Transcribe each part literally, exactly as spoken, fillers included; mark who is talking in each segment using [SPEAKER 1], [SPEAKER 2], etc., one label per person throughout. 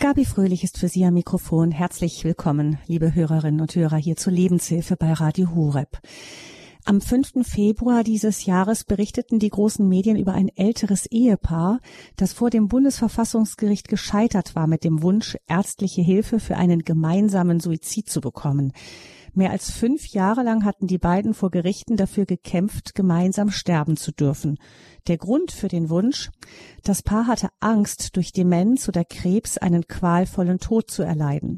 [SPEAKER 1] Gabi Fröhlich ist für Sie am Mikrofon. Herzlich willkommen, liebe Hörerinnen und Hörer, hier zur Lebenshilfe bei Radio Horeb. Am fünften Februar dieses Jahres berichteten die großen Medien über ein älteres Ehepaar, das vor dem Bundesverfassungsgericht gescheitert war mit dem Wunsch, ärztliche Hilfe für einen gemeinsamen Suizid zu bekommen. Mehr als fünf Jahre lang hatten die beiden vor Gerichten dafür gekämpft, gemeinsam sterben zu dürfen. Der Grund für den Wunsch: Das Paar hatte Angst, durch Demenz oder Krebs einen qualvollen Tod zu erleiden.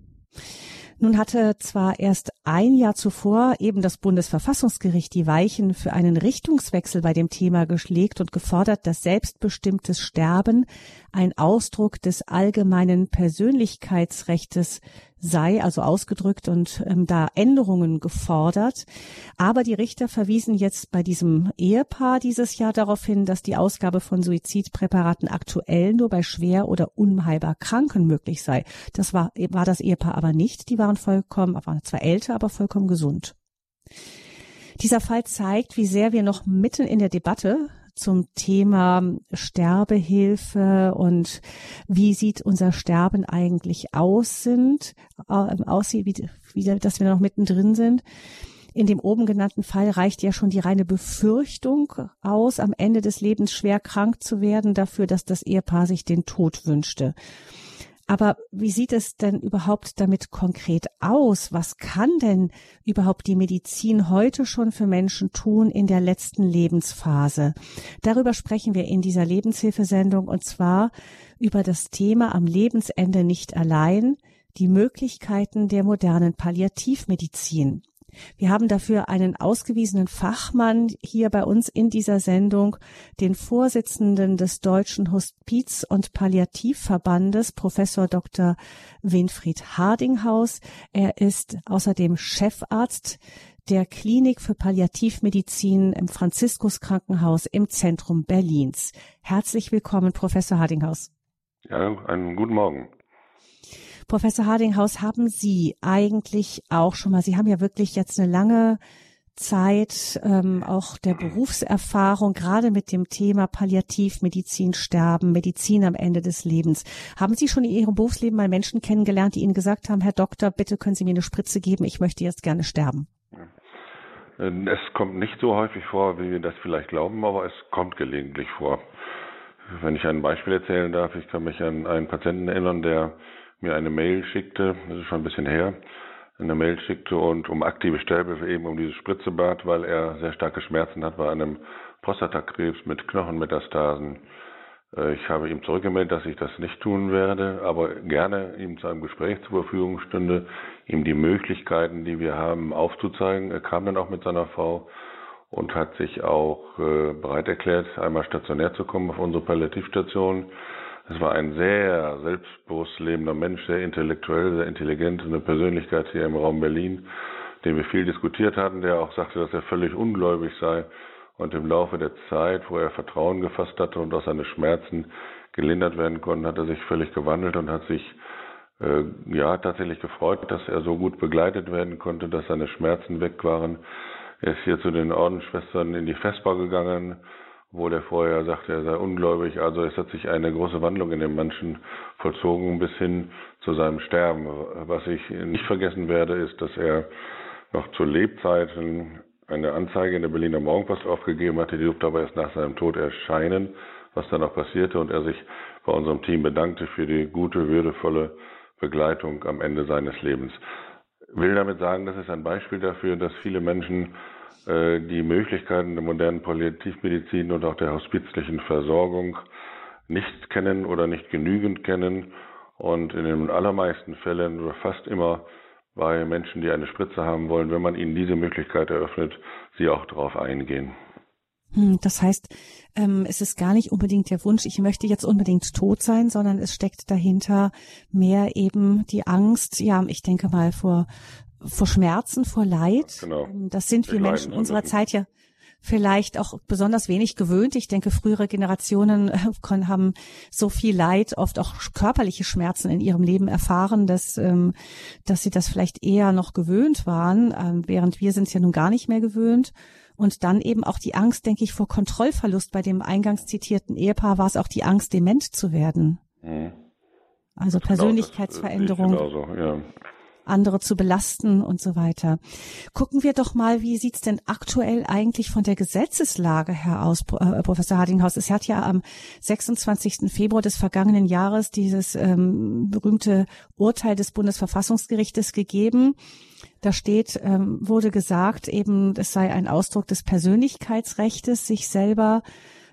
[SPEAKER 1] Nun hatte zwar erst ein Jahr zuvor eben das Bundesverfassungsgericht die Weichen für einen Richtungswechsel bei dem Thema gelegt und gefordert, dass selbstbestimmtes Sterben ein Ausdruck des allgemeinen Persönlichkeitsrechtes sei, also ausgedrückt, und ähm, da Änderungen gefordert. Aber die Richter verwiesen jetzt bei diesem Ehepaar dieses Jahr darauf hin, dass die Ausgabe von Suizidpräparaten aktuell nur bei schwer oder unheilbar Kranken möglich sei. Das war, war das Ehepaar aber nicht. Die waren vollkommen, waren zwar älter, aber vollkommen gesund. Dieser Fall zeigt, wie sehr wir noch mitten in der Debatte zum Thema Sterbehilfe und wie sieht unser Sterben eigentlich aus sind, äh, aussieht, wie, wie, dass wir noch mittendrin sind. In dem oben genannten Fall reicht ja schon die reine Befürchtung aus, am Ende des Lebens schwer krank zu werden, dafür, dass das Ehepaar sich den Tod wünschte. Aber wie sieht es denn überhaupt damit konkret aus? Was kann denn überhaupt die Medizin heute schon für Menschen tun in der letzten Lebensphase? Darüber sprechen wir in dieser Lebenshilfesendung, und zwar über das Thema am Lebensende nicht allein, die Möglichkeiten der modernen Palliativmedizin. Wir haben dafür einen ausgewiesenen Fachmann hier bei uns in dieser Sendung, den Vorsitzenden des Deutschen Hospiz- und Palliativverbandes, Professor Doktor Winfried Hardinghaus. Er ist außerdem Chefarzt der Klinik für Palliativmedizin im Franziskuskrankenhaus im Zentrum Berlins. Herzlich willkommen, Professor Hardinghaus.
[SPEAKER 2] Ja, einen guten Morgen.
[SPEAKER 1] Professor Hardinghaus, haben Sie eigentlich auch schon mal, Sie haben ja wirklich jetzt eine lange Zeit ähm, auch der Berufserfahrung, gerade mit dem Thema Palliativmedizin, Sterben, Medizin am Ende des Lebens. Haben Sie schon in Ihrem Berufsleben mal Menschen kennengelernt, die Ihnen gesagt haben, Herr Doktor, bitte können Sie mir eine Spritze geben, ich möchte jetzt gerne sterben?
[SPEAKER 2] Es kommt nicht so häufig vor, wie wir das vielleicht glauben, aber es kommt gelegentlich vor. Wenn ich ein Beispiel erzählen darf, ich kann mich an einen Patienten erinnern, der mir eine Mail schickte, das ist schon ein bisschen her, eine Mail schickte und um aktive Sterbehilfe eben um diese Spritze bat, weil er sehr starke Schmerzen hat bei einem Prostatakrebs mit Knochenmetastasen. Ich habe ihm zurückgemeldet, dass ich das nicht tun werde, aber gerne ihm zu einem Gespräch zur Verfügung stünde, ihm die Möglichkeiten, die wir haben, aufzuzeigen. Er kam dann auch mit seiner Frau und hat sich auch äh, bereit erklärt, einmal stationär zu kommen auf unsere Palliativstation. Es war ein sehr selbstbewusst lebender Mensch, sehr intellektuell, sehr intelligent, eine Persönlichkeit hier im Raum Berlin, den wir viel diskutiert hatten, der auch sagte, dass er völlig ungläubig sei. Und im Laufe der Zeit, wo er Vertrauen gefasst hatte und auch seine Schmerzen gelindert werden konnten, hat er sich völlig gewandelt und hat sich äh, ja tatsächlich gefreut, dass er so gut begleitet werden konnte, dass seine Schmerzen weg waren. Er ist hier zu den Ordensschwestern in die Vesper gegangen, obwohl er vorher sagte, er sei ungläubig. Also es hat sich eine große Wandlung in dem Menschen vollzogen bis hin zu seinem Sterben. Was ich nicht vergessen werde, ist, dass er noch zu Lebzeiten eine Anzeige in der Berliner Morgenpost aufgegeben hatte. Die durfte aber erst nach seinem Tod erscheinen, was dann auch passierte. Und er sich bei unserem Team bedankte für die gute, würdevolle Begleitung am Ende seines Lebens. Ich will damit sagen, das ist ein Beispiel dafür, dass viele Menschen die Möglichkeiten der modernen Palliativmedizin und auch der hospizlichen Versorgung nicht kennen oder nicht genügend kennen und in den allermeisten Fällen oder fast immer bei Menschen, die eine Spritze haben wollen, wenn man ihnen diese Möglichkeit eröffnet, sie auch darauf eingehen.
[SPEAKER 1] Das heißt, ähm, es ist gar nicht unbedingt der Wunsch, ich möchte jetzt unbedingt tot sein, sondern es steckt dahinter mehr eben die Angst, ja, ich denke mal vor vor Schmerzen, vor Leid.
[SPEAKER 2] Genau.
[SPEAKER 1] Das sind wir Menschen unserer Zeit ja vielleicht auch besonders wenig gewöhnt. Ich denke, frühere Generationen haben so viel Leid, oft auch körperliche Schmerzen in ihrem Leben erfahren, dass, dass sie das vielleicht eher noch gewöhnt waren, während wir sind es ja nun gar nicht mehr gewöhnt. Und dann eben auch die Angst, denke ich, vor Kontrollverlust. Bei dem eingangs zitierten Ehepaar war es auch die Angst, dement zu werden.
[SPEAKER 2] Mhm.
[SPEAKER 1] Also
[SPEAKER 2] das
[SPEAKER 1] Persönlichkeitsveränderung.
[SPEAKER 2] Genau, genauso, ja.
[SPEAKER 1] Andere zu belasten und so weiter. Gucken wir doch mal, wie sieht's denn aktuell eigentlich von der Gesetzeslage her aus, äh, Professor Hardinghaus? Es hat ja am sechsundzwanzigsten Februar des vergangenen Jahres dieses ähm, berühmte Urteil des Bundesverfassungsgerichtes gegeben. Da steht, ähm, wurde gesagt, eben, es sei ein Ausdruck des Persönlichkeitsrechtes, sich selber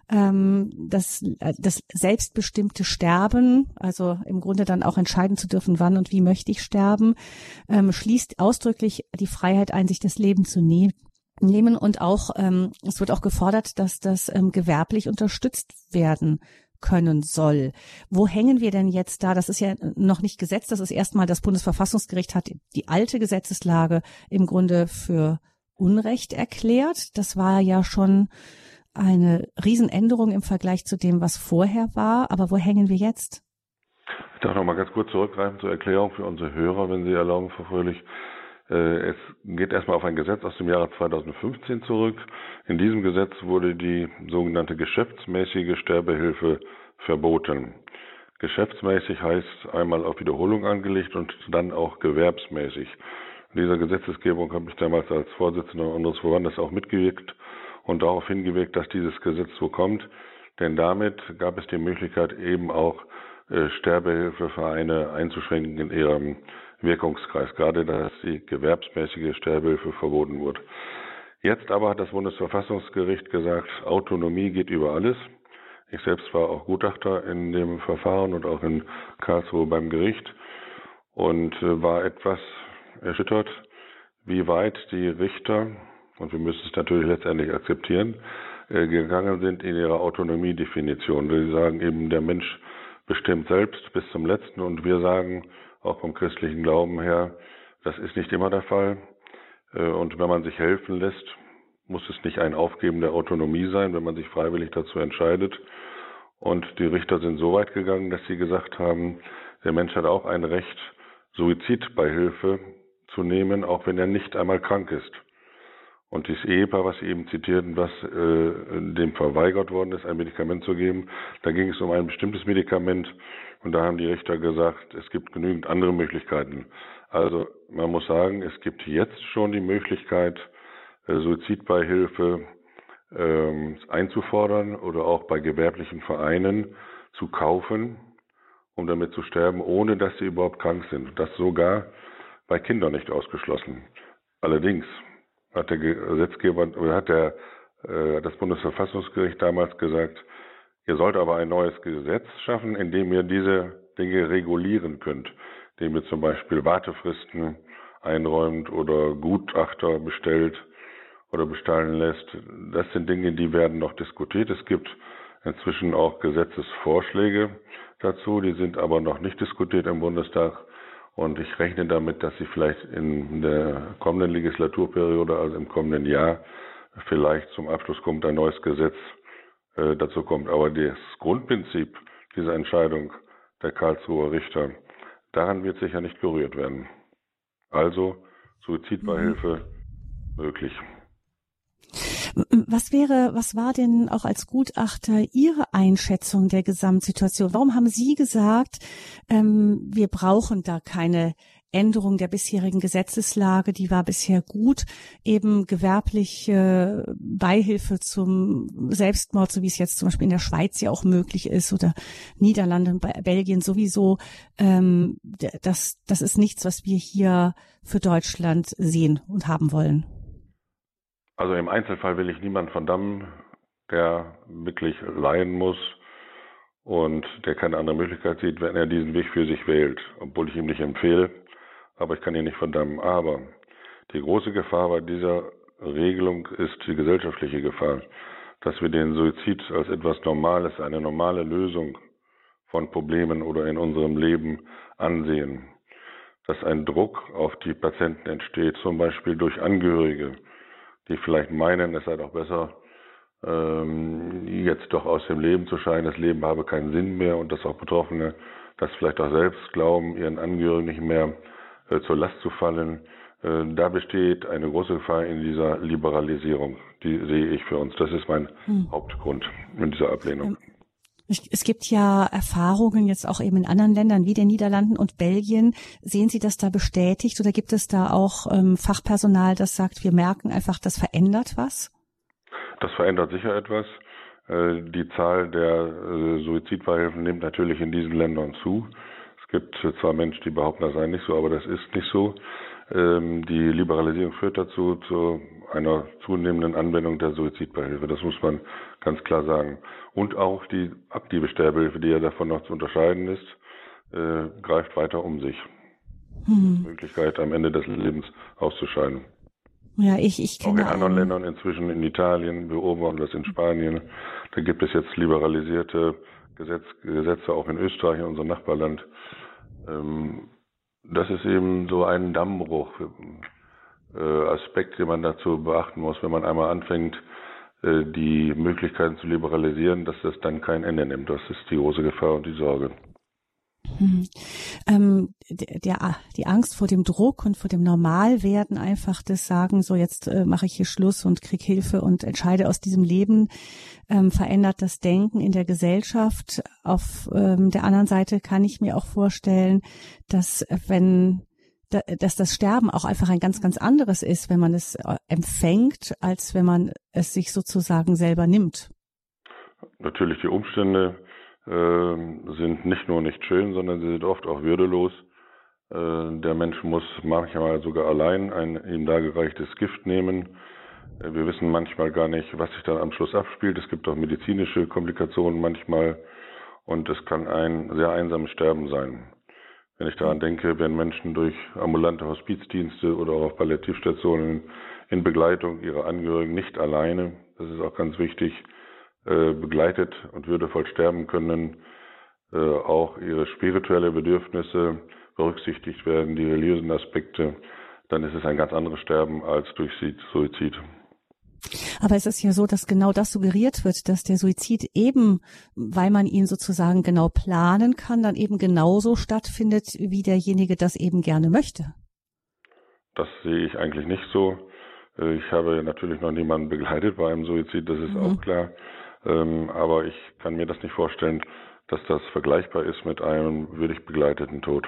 [SPEAKER 1] ähm, das, das selbstbestimmte Sterben, also im Grunde dann auch entscheiden zu dürfen, wann und wie möchte ich sterben, ähm, schließt ausdrücklich die Freiheit ein, sich das Leben zu ne- nehmen. Und auch, ähm, es wird auch gefordert, dass das ähm, gewerblich unterstützt werden können soll. Wo hängen wir denn jetzt da? Das ist ja noch nicht Gesetz, das ist erstmal, das Bundesverfassungsgericht hat die alte Gesetzeslage im Grunde für Unrecht erklärt. Das war ja schon eine Riesenänderung im Vergleich zu dem, was vorher war. Aber wo hängen wir jetzt?
[SPEAKER 2] Ich darf noch mal ganz kurz zurückgreifen zur Erklärung für unsere Hörer, wenn Sie erlauben, Frau Fröhlich. Es geht erstmal auf ein Gesetz aus dem Jahre zweitausendfünfzehn zurück. In diesem Gesetz wurde die sogenannte geschäftsmäßige Sterbehilfe verboten. Geschäftsmäßig heißt einmal auf Wiederholung angelegt und dann auch gewerbsmäßig. In dieser Gesetzesgebung habe ich damals als Vorsitzender unseres Verbandes auch mitgewirkt und darauf hingewirkt, dass dieses Gesetz so kommt. Denn damit gab es die Möglichkeit, eben auch äh, Sterbehilfevereine einzuschränken in ihrem Wirkungskreis, gerade dass die gewerbsmäßige Sterbehilfe verboten wurde. Jetzt aber hat das Bundesverfassungsgericht gesagt, Autonomie geht über alles. Ich selbst war auch Gutachter in dem Verfahren und auch in Karlsruhe beim Gericht und äh, war etwas erschüttert, wie weit die Richter, und wir müssen es natürlich letztendlich akzeptieren, äh, gegangen sind in ihrer Autonomiedefinition. Sie sagen eben, der Mensch bestimmt selbst bis zum Letzten und wir sagen, auch vom christlichen Glauben her, das ist nicht immer der Fall. Äh, und wenn man sich helfen lässt, muss es nicht ein Aufgeben der Autonomie sein, wenn man sich freiwillig dazu entscheidet. Und die Richter sind so weit gegangen, dass sie gesagt haben, der Mensch hat auch ein Recht, Suizidbeihilfe zu nehmen, auch wenn er nicht einmal krank ist. Und dieses Ehepaar, was Sie eben zitierten, was äh, dem verweigert worden ist, ein Medikament zu geben, da ging es um ein bestimmtes Medikament und da haben die Richter gesagt, es gibt genügend andere Möglichkeiten. Also man muss sagen, es gibt jetzt schon die Möglichkeit, äh, Suizidbeihilfe äh, einzufordern oder auch bei gewerblichen Vereinen zu kaufen, um damit zu sterben, ohne dass sie überhaupt krank sind. Das sogar bei Kindern nicht ausgeschlossen. Allerdings hat der Gesetzgeber oder hat der, äh, das Bundesverfassungsgericht damals gesagt, ihr sollt aber ein neues Gesetz schaffen, in dem ihr diese Dinge regulieren könnt, indem ihr zum Beispiel Wartefristen einräumt oder Gutachter bestellt oder bestallen lässt. Das sind Dinge, die werden noch diskutiert. Es gibt inzwischen auch Gesetzesvorschläge dazu, die sind aber noch nicht diskutiert im Bundestag. Und ich rechne damit, dass sie vielleicht in der kommenden Legislaturperiode, also im kommenden Jahr, vielleicht zum Abschluss kommt, ein neues Gesetz äh, dazu kommt. Aber das Grundprinzip dieser Entscheidung der Karlsruher Richter, daran wird sicher nicht gerührt werden. Also Suizidbeihilfe mhm. möglich.
[SPEAKER 1] Was wäre, was war denn auch als Gutachter Ihre Einschätzung der Gesamtsituation? Warum haben Sie gesagt, ähm, wir brauchen da keine Änderung der bisherigen Gesetzeslage, die war bisher gut, eben gewerbliche Beihilfe zum Selbstmord, so wie es jetzt zum Beispiel in der Schweiz ja auch möglich ist oder Niederlande und Belgien sowieso, ähm, das, das ist nichts, was wir hier für Deutschland sehen und haben wollen.
[SPEAKER 2] Also im Einzelfall will ich niemanden verdammen, der wirklich leiden muss und der keine andere Möglichkeit sieht, wenn er diesen Weg für sich wählt, obwohl ich ihm nicht empfehle, aber ich kann ihn nicht verdammen. Aber die große Gefahr bei dieser Regelung ist die gesellschaftliche Gefahr, dass wir den Suizid als etwas Normales, eine normale Lösung von Problemen oder in unserem Leben ansehen. Dass ein Druck auf die Patienten entsteht, zum Beispiel durch Angehörige, die vielleicht meinen, es sei doch besser, ähm, jetzt doch aus dem Leben zu scheiden, das Leben habe keinen Sinn mehr und dass auch Betroffene das vielleicht auch selbst glauben, ihren Angehörigen nicht mehr äh, zur Last zu fallen. Äh, da besteht eine große Gefahr in dieser Liberalisierung, die sehe ich für uns. Das ist mein hm. Hauptgrund in dieser Ablehnung.
[SPEAKER 1] Es gibt ja Erfahrungen jetzt auch eben in anderen Ländern wie den Niederlanden und Belgien. Sehen Sie das da bestätigt oder gibt es da auch ähm, Fachpersonal, das sagt, wir merken einfach, das verändert was?
[SPEAKER 2] Das verändert sicher etwas. Äh, die Zahl der äh, Suizidbeihilfen nimmt natürlich in diesen Ländern zu. Es gibt zwar Menschen, die behaupten, das sei nicht so, aber das ist nicht so. Ähm, die Liberalisierung führt dazu, zu einer zunehmenden Anwendung der Suizidbeihilfe. Das muss man ganz klar sagen. Und auch die aktive Sterbehilfe, die ja davon noch zu unterscheiden ist, äh, greift weiter um sich. Hm. Die Möglichkeit, am Ende des Lebens auszuscheiden.
[SPEAKER 1] Ja, ich, ich kenne
[SPEAKER 2] auch in anderen Ländern, inzwischen in Italien, beobachten das in Spanien. Da gibt es jetzt liberalisierte Gesetz, Gesetze, auch in Österreich, in unserem Nachbarland. Ähm, das ist eben so ein Dammbruch, äh, Aspekt, den man dazu beachten muss, wenn man einmal anfängt, äh, die Möglichkeiten zu liberalisieren, dass das dann kein Ende nimmt. Das ist die große Gefahr und die Sorge.
[SPEAKER 1] Hm. Ähm, der, die Angst vor dem Druck und vor dem Normalwerden, einfach das Sagen, so jetzt äh, mache ich hier Schluss und krieg Hilfe und entscheide aus diesem Leben, ähm, verändert das Denken in der Gesellschaft. Auf ähm, der anderen Seite kann ich mir auch vorstellen, dass wenn da, dass das Sterben auch einfach ein ganz, ganz anderes ist, wenn man es äh, empfängt, als wenn man es sich sozusagen selber nimmt.
[SPEAKER 2] Natürlich die Umstände sind nicht nur nicht schön, sondern sie sind oft auch würdelos. Der Mensch muss manchmal sogar allein ein ihm dargereichtes Gift nehmen. Wir wissen manchmal gar nicht, was sich dann am Schluss abspielt. Es gibt auch medizinische Komplikationen manchmal und es kann ein sehr einsames Sterben sein. Wenn ich daran denke, werden Menschen durch ambulante Hospizdienste oder auch auf Palliativstationen in Begleitung ihrer Angehörigen nicht alleine, das ist auch ganz wichtig, begleitet und würdevoll sterben können, äh, auch ihre spirituelle Bedürfnisse berücksichtigt werden, die religiösen Aspekte, dann ist es ein ganz anderes Sterben als durch Suizid.
[SPEAKER 1] Aber es ist ja so, dass genau das suggeriert wird, dass der Suizid eben, weil man ihn sozusagen genau planen kann, dann eben genauso stattfindet, wie derjenige das eben gerne möchte.
[SPEAKER 2] Das sehe ich eigentlich nicht so. Ich habe natürlich noch niemanden begleitet bei einem Suizid, das ist mhm. auch klar. Ähm, aber ich kann mir das nicht vorstellen, dass das vergleichbar ist mit einem würdig begleiteten Tod.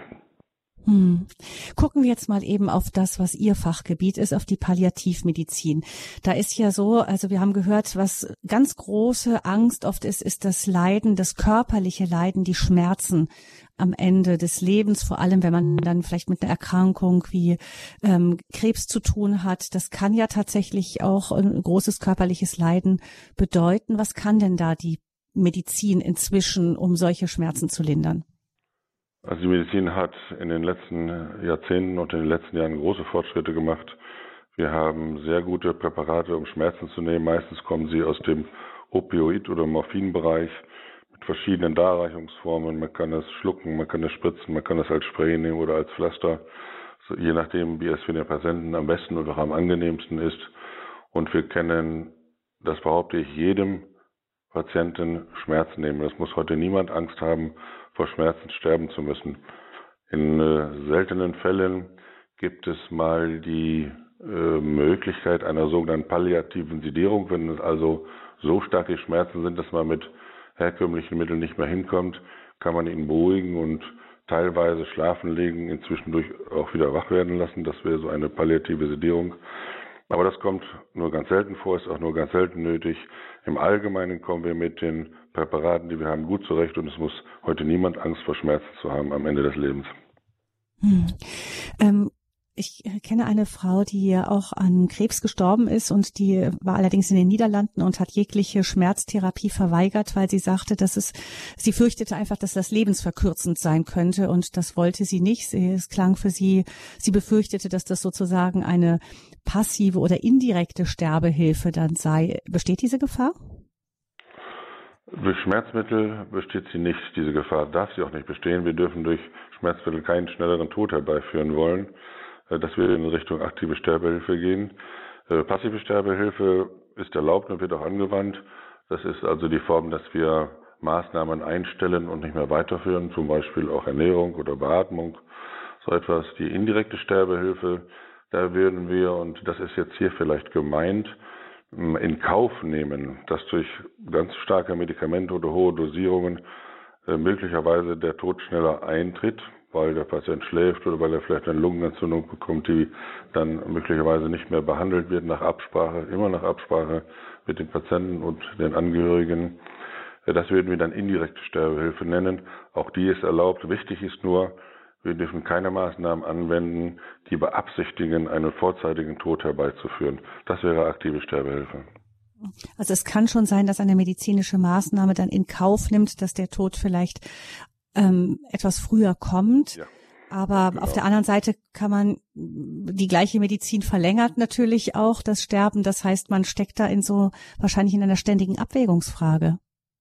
[SPEAKER 1] Hm. Gucken wir jetzt mal eben auf das, was Ihr Fachgebiet ist, auf die Palliativmedizin. Da ist ja so, also wir haben gehört, was ganz große Angst oft ist, ist das Leiden, das körperliche Leiden, die Schmerzen am Ende des Lebens, vor allem wenn man dann vielleicht mit einer Erkrankung wie ähm, Krebs zu tun hat. Das kann ja tatsächlich auch ein großes körperliches Leiden bedeuten. Was kann denn da die Medizin inzwischen, um solche Schmerzen zu lindern?
[SPEAKER 2] Also die Medizin hat in den letzten Jahrzehnten und in den letzten Jahren große Fortschritte gemacht. Wir haben sehr gute Präparate, um Schmerzen zu nehmen. Meistens kommen sie aus dem Opioid- oder Morphinbereich mit verschiedenen Darreichungsformen. Man kann es schlucken, man kann es spritzen, man kann es als Spray nehmen oder als Pflaster, so, je nachdem, wie es für den Patienten am besten oder am angenehmsten ist. Und wir können, das behaupte ich, jedem Patienten Schmerzen nehmen. Es muss heute niemand Angst haben, vor Schmerzen sterben zu müssen. In äh, seltenen Fällen gibt es mal die äh, Möglichkeit einer sogenannten palliativen Sedierung, wenn es also so starke Schmerzen sind, dass man mit herkömmlichen Mitteln nicht mehr hinkommt, kann man ihn beruhigen und teilweise schlafen legen, inzwischen durch auch wieder wach werden lassen. Das wäre so eine palliative Sedierung. Aber das kommt nur ganz selten vor, ist auch nur ganz selten nötig. Im Allgemeinen kommen wir mit den Präparaten, die wir haben, gut zurecht und es muss heute niemand Angst vor Schmerzen zu haben am Ende des Lebens.
[SPEAKER 1] Hm. Ähm, ich kenne eine Frau, die auch an Krebs gestorben ist und die war allerdings in den Niederlanden und hat jegliche Schmerztherapie verweigert, weil sie sagte, dass es, sie fürchtete einfach, dass das lebensverkürzend sein könnte und das wollte sie nicht. Es klang für sie, sie befürchtete, dass das sozusagen eine passive oder indirekte Sterbehilfe dann sei. Besteht diese Gefahr?
[SPEAKER 2] Durch Schmerzmittel besteht sie nicht. Diese Gefahr darf sie auch nicht bestehen. Wir dürfen durch Schmerzmittel keinen schnelleren Tod herbeiführen wollen, dass wir in Richtung aktive Sterbehilfe gehen. Passive Sterbehilfe ist erlaubt und wird auch angewandt. Das ist also die Form, dass wir Maßnahmen einstellen und nicht mehr weiterführen, zum Beispiel auch Ernährung oder Beatmung, so etwas. Die indirekte Sterbehilfe, da würden wir, und das ist jetzt hier vielleicht gemeint, in Kauf nehmen, dass durch ganz starke Medikamente oder hohe Dosierungen äh, möglicherweise der Tod schneller eintritt, weil der Patient schläft oder weil er vielleicht eine Lungenentzündung bekommt, die dann möglicherweise nicht mehr behandelt wird nach Absprache, immer nach Absprache mit den Patienten und den Angehörigen. Das würden wir dann indirekte Sterbehilfe nennen. Auch die ist erlaubt. Wichtig ist nur, wir dürfen keine Maßnahmen anwenden, die beabsichtigen, einen vorzeitigen Tod herbeizuführen. Das wäre aktive Sterbehilfe.
[SPEAKER 1] Also es kann schon sein, dass eine medizinische Maßnahme dann in Kauf nimmt, dass der Tod vielleicht ähm, etwas früher kommt. Ja. Aber genau. Auf der anderen Seite kann man, die gleiche Medizin verlängert natürlich auch das Sterben. Das heißt, man steckt da in so, wahrscheinlich in einer ständigen Abwägungsfrage.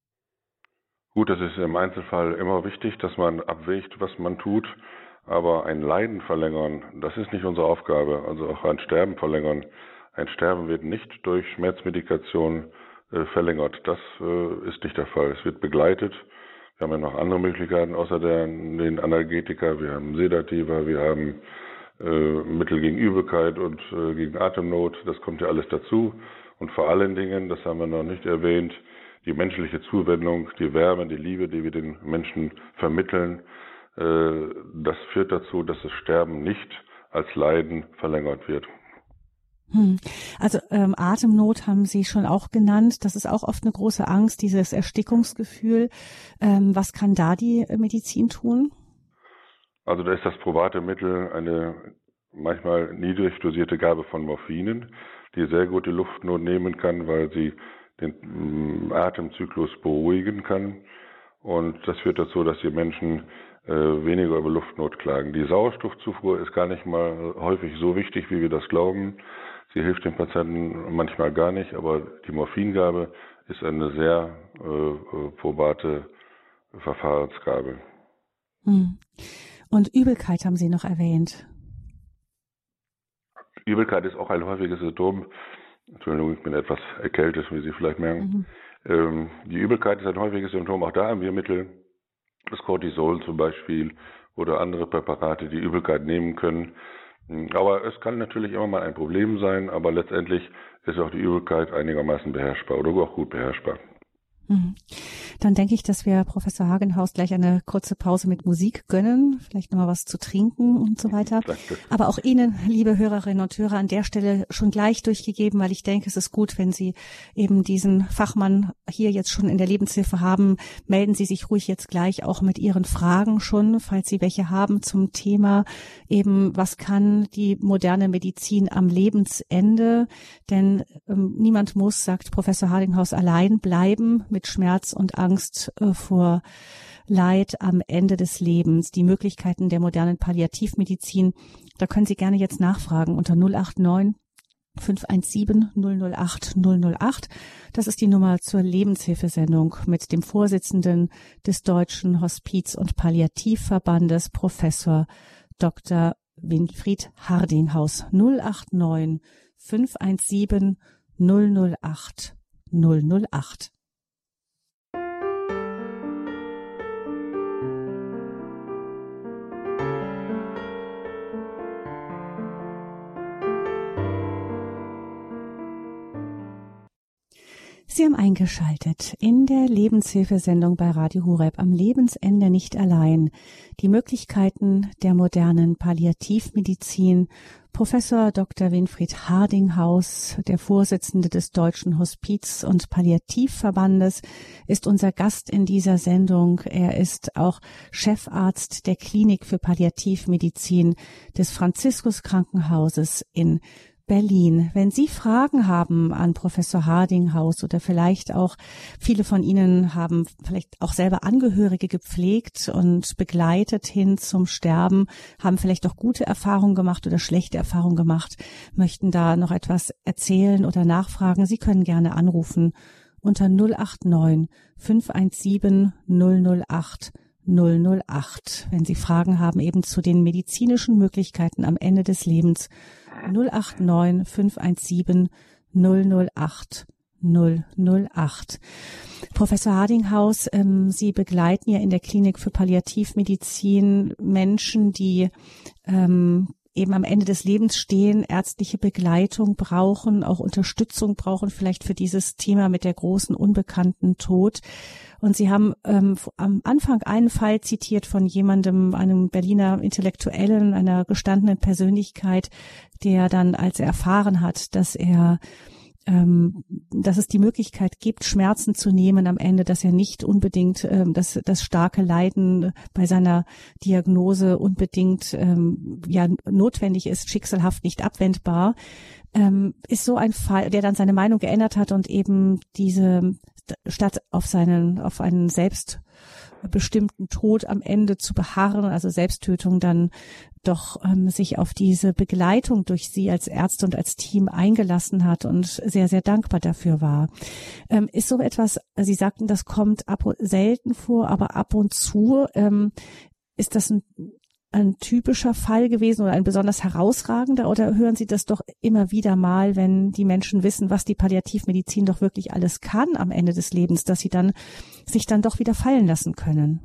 [SPEAKER 2] Gut, das ist im Einzelfall immer wichtig, dass man abwägt, was man tut. Aber ein Leiden verlängern, das ist nicht unsere Aufgabe. Also auch ein Sterben verlängern. Ein Sterben wird nicht durch Schmerzmedikation äh, verlängert. Das äh, ist nicht der Fall. Es wird begleitet. Wir haben ja noch andere Möglichkeiten außer der, den Analgetika. Wir haben Sedativa, wir haben äh, Mittel gegen Übelkeit und äh, gegen Atemnot. Das kommt ja alles dazu. Und vor allen Dingen, das haben wir noch nicht erwähnt, die menschliche Zuwendung, die Wärme, die Liebe, die wir den Menschen vermitteln, äh, das führt dazu, dass das Sterben nicht als Leiden verlängert wird.
[SPEAKER 1] Hm. Also ähm, Atemnot haben Sie schon auch genannt. Das ist auch oft eine große Angst, dieses Erstickungsgefühl. Ähm, was kann da die Medizin tun?
[SPEAKER 2] Also da ist das probate Mittel eine manchmal niedrig dosierte Gabe von Morphinen, die sehr gut die Luftnot nehmen kann, weil sie den Atemzyklus beruhigen kann. Und das führt dazu, dass die Menschen äh, weniger über Luftnot klagen. Die Sauerstoffzufuhr ist gar nicht mal häufig so wichtig, wie wir das glauben. Sie hilft den Patienten manchmal gar nicht, aber die Morphingabe ist eine sehr äh, probate Verfahrensgabe.
[SPEAKER 1] Hm. Und Übelkeit haben Sie noch erwähnt.
[SPEAKER 2] Übelkeit ist auch ein häufiges Symptom. Entschuldigung, ich bin etwas erkältet, wie Sie vielleicht merken. Mhm. Ähm, die Übelkeit ist ein häufiges Symptom. Auch da haben wir Mittel, das Cortisol zum Beispiel oder andere Präparate, die Übelkeit nehmen können. Aber es kann natürlich immer mal ein Problem sein, aber letztendlich ist auch die Übelkeit einigermaßen beherrschbar oder auch gut beherrschbar.
[SPEAKER 1] Dann denke ich, dass wir Professor Hagenhaus gleich eine kurze Pause mit Musik gönnen, vielleicht nochmal was zu trinken und so weiter. Danke. Aber auch Ihnen, liebe Hörerinnen und Hörer, an der Stelle schon gleich durchgegeben, weil ich denke, es ist gut, wenn Sie eben diesen Fachmann hier jetzt schon in der Lebenshilfe haben. Melden Sie sich ruhig jetzt gleich auch mit Ihren Fragen schon, falls Sie welche haben zum Thema eben, was kann die moderne Medizin am Lebensende? Denn ähm, niemand muss, sagt Professor Hagenhaus, allein bleiben mit Schmerz und Angst äh, vor Leid am Ende des Lebens. Die Möglichkeiten der modernen Palliativmedizin, da können Sie gerne jetzt nachfragen unter null acht neun fünf eins sieben null null acht null null acht. Das ist die Nummer zur Lebenshilfesendung mit dem Vorsitzenden des Deutschen Hospiz- und Palliativverbandes, Professor Doktor Winfried Hardinghaus. null acht neun fünf eins sieben null null acht null null acht. Sie haben eingeschaltet in der Lebenshilfesendung bei Radio Horeb am Lebensende nicht allein. Die Möglichkeiten der modernen Palliativmedizin. Professor Doktor Winfried Hardinghaus, der Vorsitzende des Deutschen Hospiz- und Palliativverbandes, ist unser Gast in dieser Sendung. Er ist auch Chefarzt der Klinik für Palliativmedizin des Franziskus-Krankenhauses in Berlin. Wenn Sie Fragen haben an Professor Hardinghaus oder vielleicht auch viele von Ihnen haben vielleicht auch selber Angehörige gepflegt und begleitet hin zum Sterben, haben vielleicht auch gute Erfahrungen gemacht oder schlechte Erfahrungen gemacht, möchten da noch etwas erzählen oder nachfragen, Sie können gerne anrufen unter null acht neun fünf eins sieben null null acht null null acht. Wenn Sie Fragen haben eben zu den medizinischen Möglichkeiten am Ende des Lebens, null acht neun fünf eins sieben null null acht null null acht. Professor Hardinghaus, ähm, Sie begleiten ja in der Klinik für Palliativmedizin Menschen, die ähm, eben am Ende des Lebens stehen, ärztliche Begleitung brauchen, auch Unterstützung brauchen, vielleicht für dieses Thema mit der großen unbekannten Tod. Und Sie haben ähm, am Anfang einen Fall zitiert von jemandem, einem Berliner Intellektuellen, einer gestandenen Persönlichkeit, der dann, als er erfahren hat, dass er ähm, dass es die Möglichkeit gibt, Schmerzen zu nehmen am Ende, dass er nicht unbedingt ähm, das, das starke Leiden bei seiner Diagnose unbedingt ähm, ja notwendig ist, schicksalhaft nicht abwendbar, ähm, ist so ein Fall, der dann seine Meinung geändert hat und eben diese, statt auf seinen, auf einen selbstbestimmten Tod am Ende zu beharren, also Selbsttötung, dann doch ähm, sich auf diese Begleitung durch Sie als Ärzte und als Team eingelassen hat und sehr, sehr dankbar dafür war. Ähm, ist so etwas, Sie sagten, das kommt ab und selten vor, aber ab und zu, ähm, ist das ein, ein typischer Fall gewesen oder ein besonders herausragender, oder hören Sie das doch immer wieder mal, wenn die Menschen wissen, was die Palliativmedizin doch wirklich alles kann am Ende des Lebens, dass sie dann sich dann doch wieder fallen lassen können?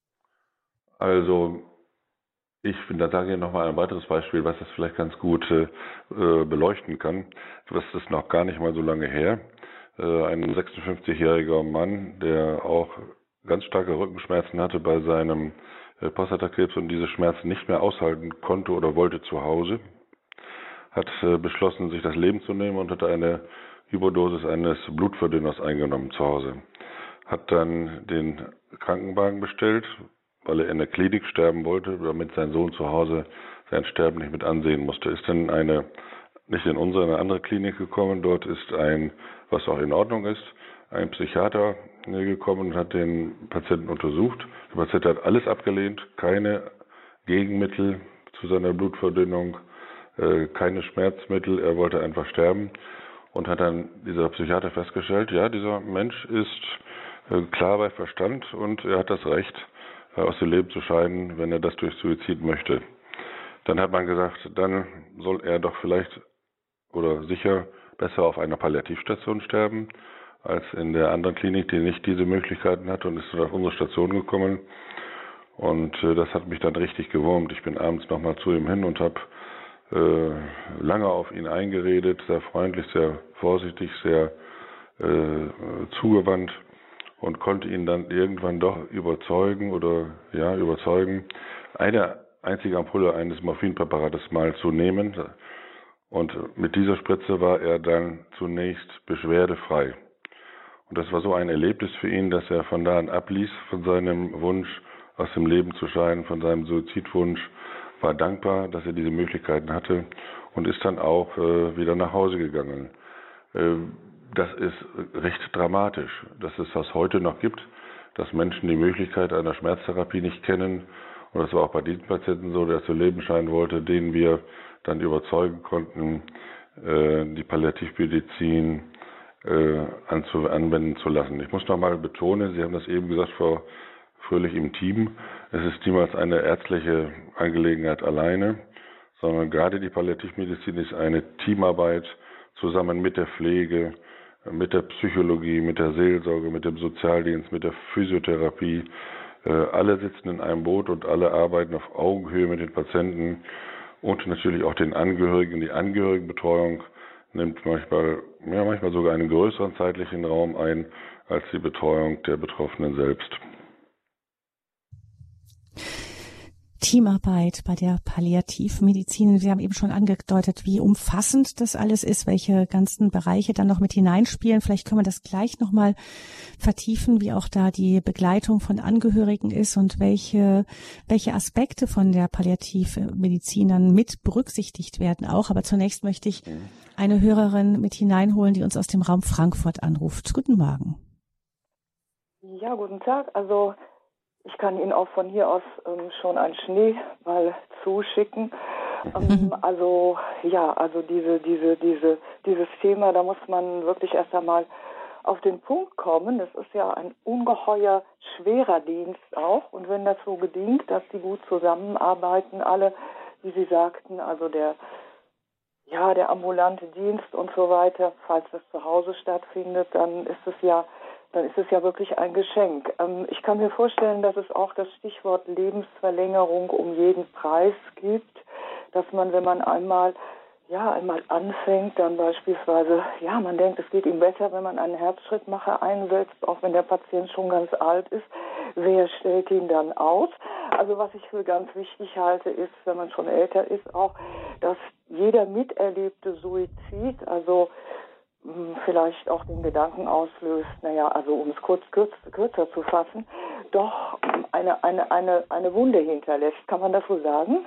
[SPEAKER 2] Also ich finde, da sage ich nochmal ein weiteres Beispiel, was das vielleicht ganz gut äh, beleuchten kann. Das ist noch gar nicht mal so lange her. Äh, ein sechsundfünfzigjähriger Mann, der auch ganz starke Rückenschmerzen hatte bei seinem äh, Prostatakrebs und diese Schmerzen nicht mehr aushalten konnte oder wollte zu Hause, hat äh, beschlossen, sich das Leben zu nehmen und hat eine Überdosis eines Blutverdünners eingenommen zu Hause. Hat dann den Krankenwagen bestellt, weil er in der Klinik sterben wollte, damit sein Sohn zu Hause sein Sterben nicht mit ansehen musste. Ist dann eine, nicht in unsere, in eine andere Klinik gekommen. Dort ist ein, was auch in Ordnung ist, ein Psychiater gekommen und hat den Patienten untersucht. Der Patient hat alles abgelehnt, keine Gegenmittel zu seiner Blutverdünnung, keine Schmerzmittel, er wollte einfach sterben. Und hat dann dieser Psychiater festgestellt, ja, dieser Mensch ist klar bei Verstand und er hat das Recht, aus dem Leben zu scheiden, wenn er das durch Suizid möchte. Dann hat man gesagt, dann soll er doch vielleicht oder sicher besser auf einer Palliativstation sterben, als in der anderen Klinik, die nicht diese Möglichkeiten hat, und ist auf unsere Station gekommen. Und äh, das hat mich dann richtig gewurmt. Ich bin abends nochmal zu ihm hin und habe äh, lange auf ihn eingeredet, sehr freundlich, sehr vorsichtig, sehr äh, zugewandt, und konnte ihn dann irgendwann doch überzeugen oder ja überzeugen, eine einzige Ampulle eines Morphinpräparates mal zu nehmen. Und mit dieser Spritze war er dann zunächst beschwerdefrei. Und das war so ein Erlebnis für ihn, dass er von da an abließ von seinem Wunsch, aus dem Leben zu scheiden, von seinem Suizidwunsch, war dankbar, dass er diese Möglichkeiten hatte und ist dann auch äh, wieder nach Hause gegangen. Äh, Das ist recht dramatisch, dass es das heute noch gibt, dass Menschen die Möglichkeit einer Schmerztherapie nicht kennen. Und das war auch bei diesen Patienten so, der zu leben scheinen wollte, denen wir dann überzeugen konnten, die Palliativmedizin anwenden zu lassen. Ich muss nochmal betonen, Sie haben das eben gesagt, Frau Fröhlich, im Team. Es ist niemals eine ärztliche Angelegenheit alleine, sondern gerade die Palliativmedizin ist eine Teamarbeit zusammen mit der Pflege, mit der Psychologie, mit der Seelsorge, mit dem Sozialdienst, mit der Physiotherapie. Alle sitzen in einem Boot und alle arbeiten auf Augenhöhe mit den Patienten und natürlich auch den Angehörigen. Die Angehörigenbetreuung nimmt manchmal, ja, manchmal sogar einen größeren zeitlichen Raum ein als die Betreuung der Betroffenen selbst.
[SPEAKER 1] Teamarbeit bei der Palliativmedizin. Sie haben eben schon angedeutet, wie umfassend das alles ist, welche ganzen Bereiche dann noch mit hineinspielen. Vielleicht können wir das gleich nochmal vertiefen, wie auch da die Begleitung von Angehörigen ist und welche, welche Aspekte von der Palliativmedizin dann mit berücksichtigt werden auch. Aber zunächst möchte ich eine Hörerin mit hineinholen, die uns aus dem Raum Frankfurt anruft. Guten Morgen.
[SPEAKER 3] Ja, guten Tag. Also ich kann Ihnen auch von hier aus ähm, schon einen Schneeball zuschicken. Ähm, also ja, also diese, diese, diese, dieses Thema, da muss man wirklich erst einmal auf den Punkt kommen. Das ist ja ein ungeheuer schwerer Dienst auch. Und wenn das so gelingt, dass die gut zusammenarbeiten, alle, wie Sie sagten, also der, ja, der ambulante Dienst und so weiter, falls das zu Hause stattfindet, dann ist es ja dann ist es ja wirklich ein Geschenk. Ähm, ich kann mir vorstellen, dass es auch das Stichwort Lebensverlängerung um jeden Preis gibt. dass man, wenn man einmal ja, einmal anfängt, dann beispielsweise, ja, man denkt, es geht ihm besser, wenn man einen Herzschrittmacher einsetzt, auch wenn der Patient schon ganz alt ist. Wer stellt ihn dann aus? Also was ich für ganz wichtig halte, ist, wenn man schon älter ist, auch, dass jeder miterlebte Suizid, also mh, vielleicht auch den Gedanken auslöst, naja, also um es kurz, kurz kürzer zu fassen, doch eine, eine, eine, eine Wunde hinterlässt. Kann man das so sagen?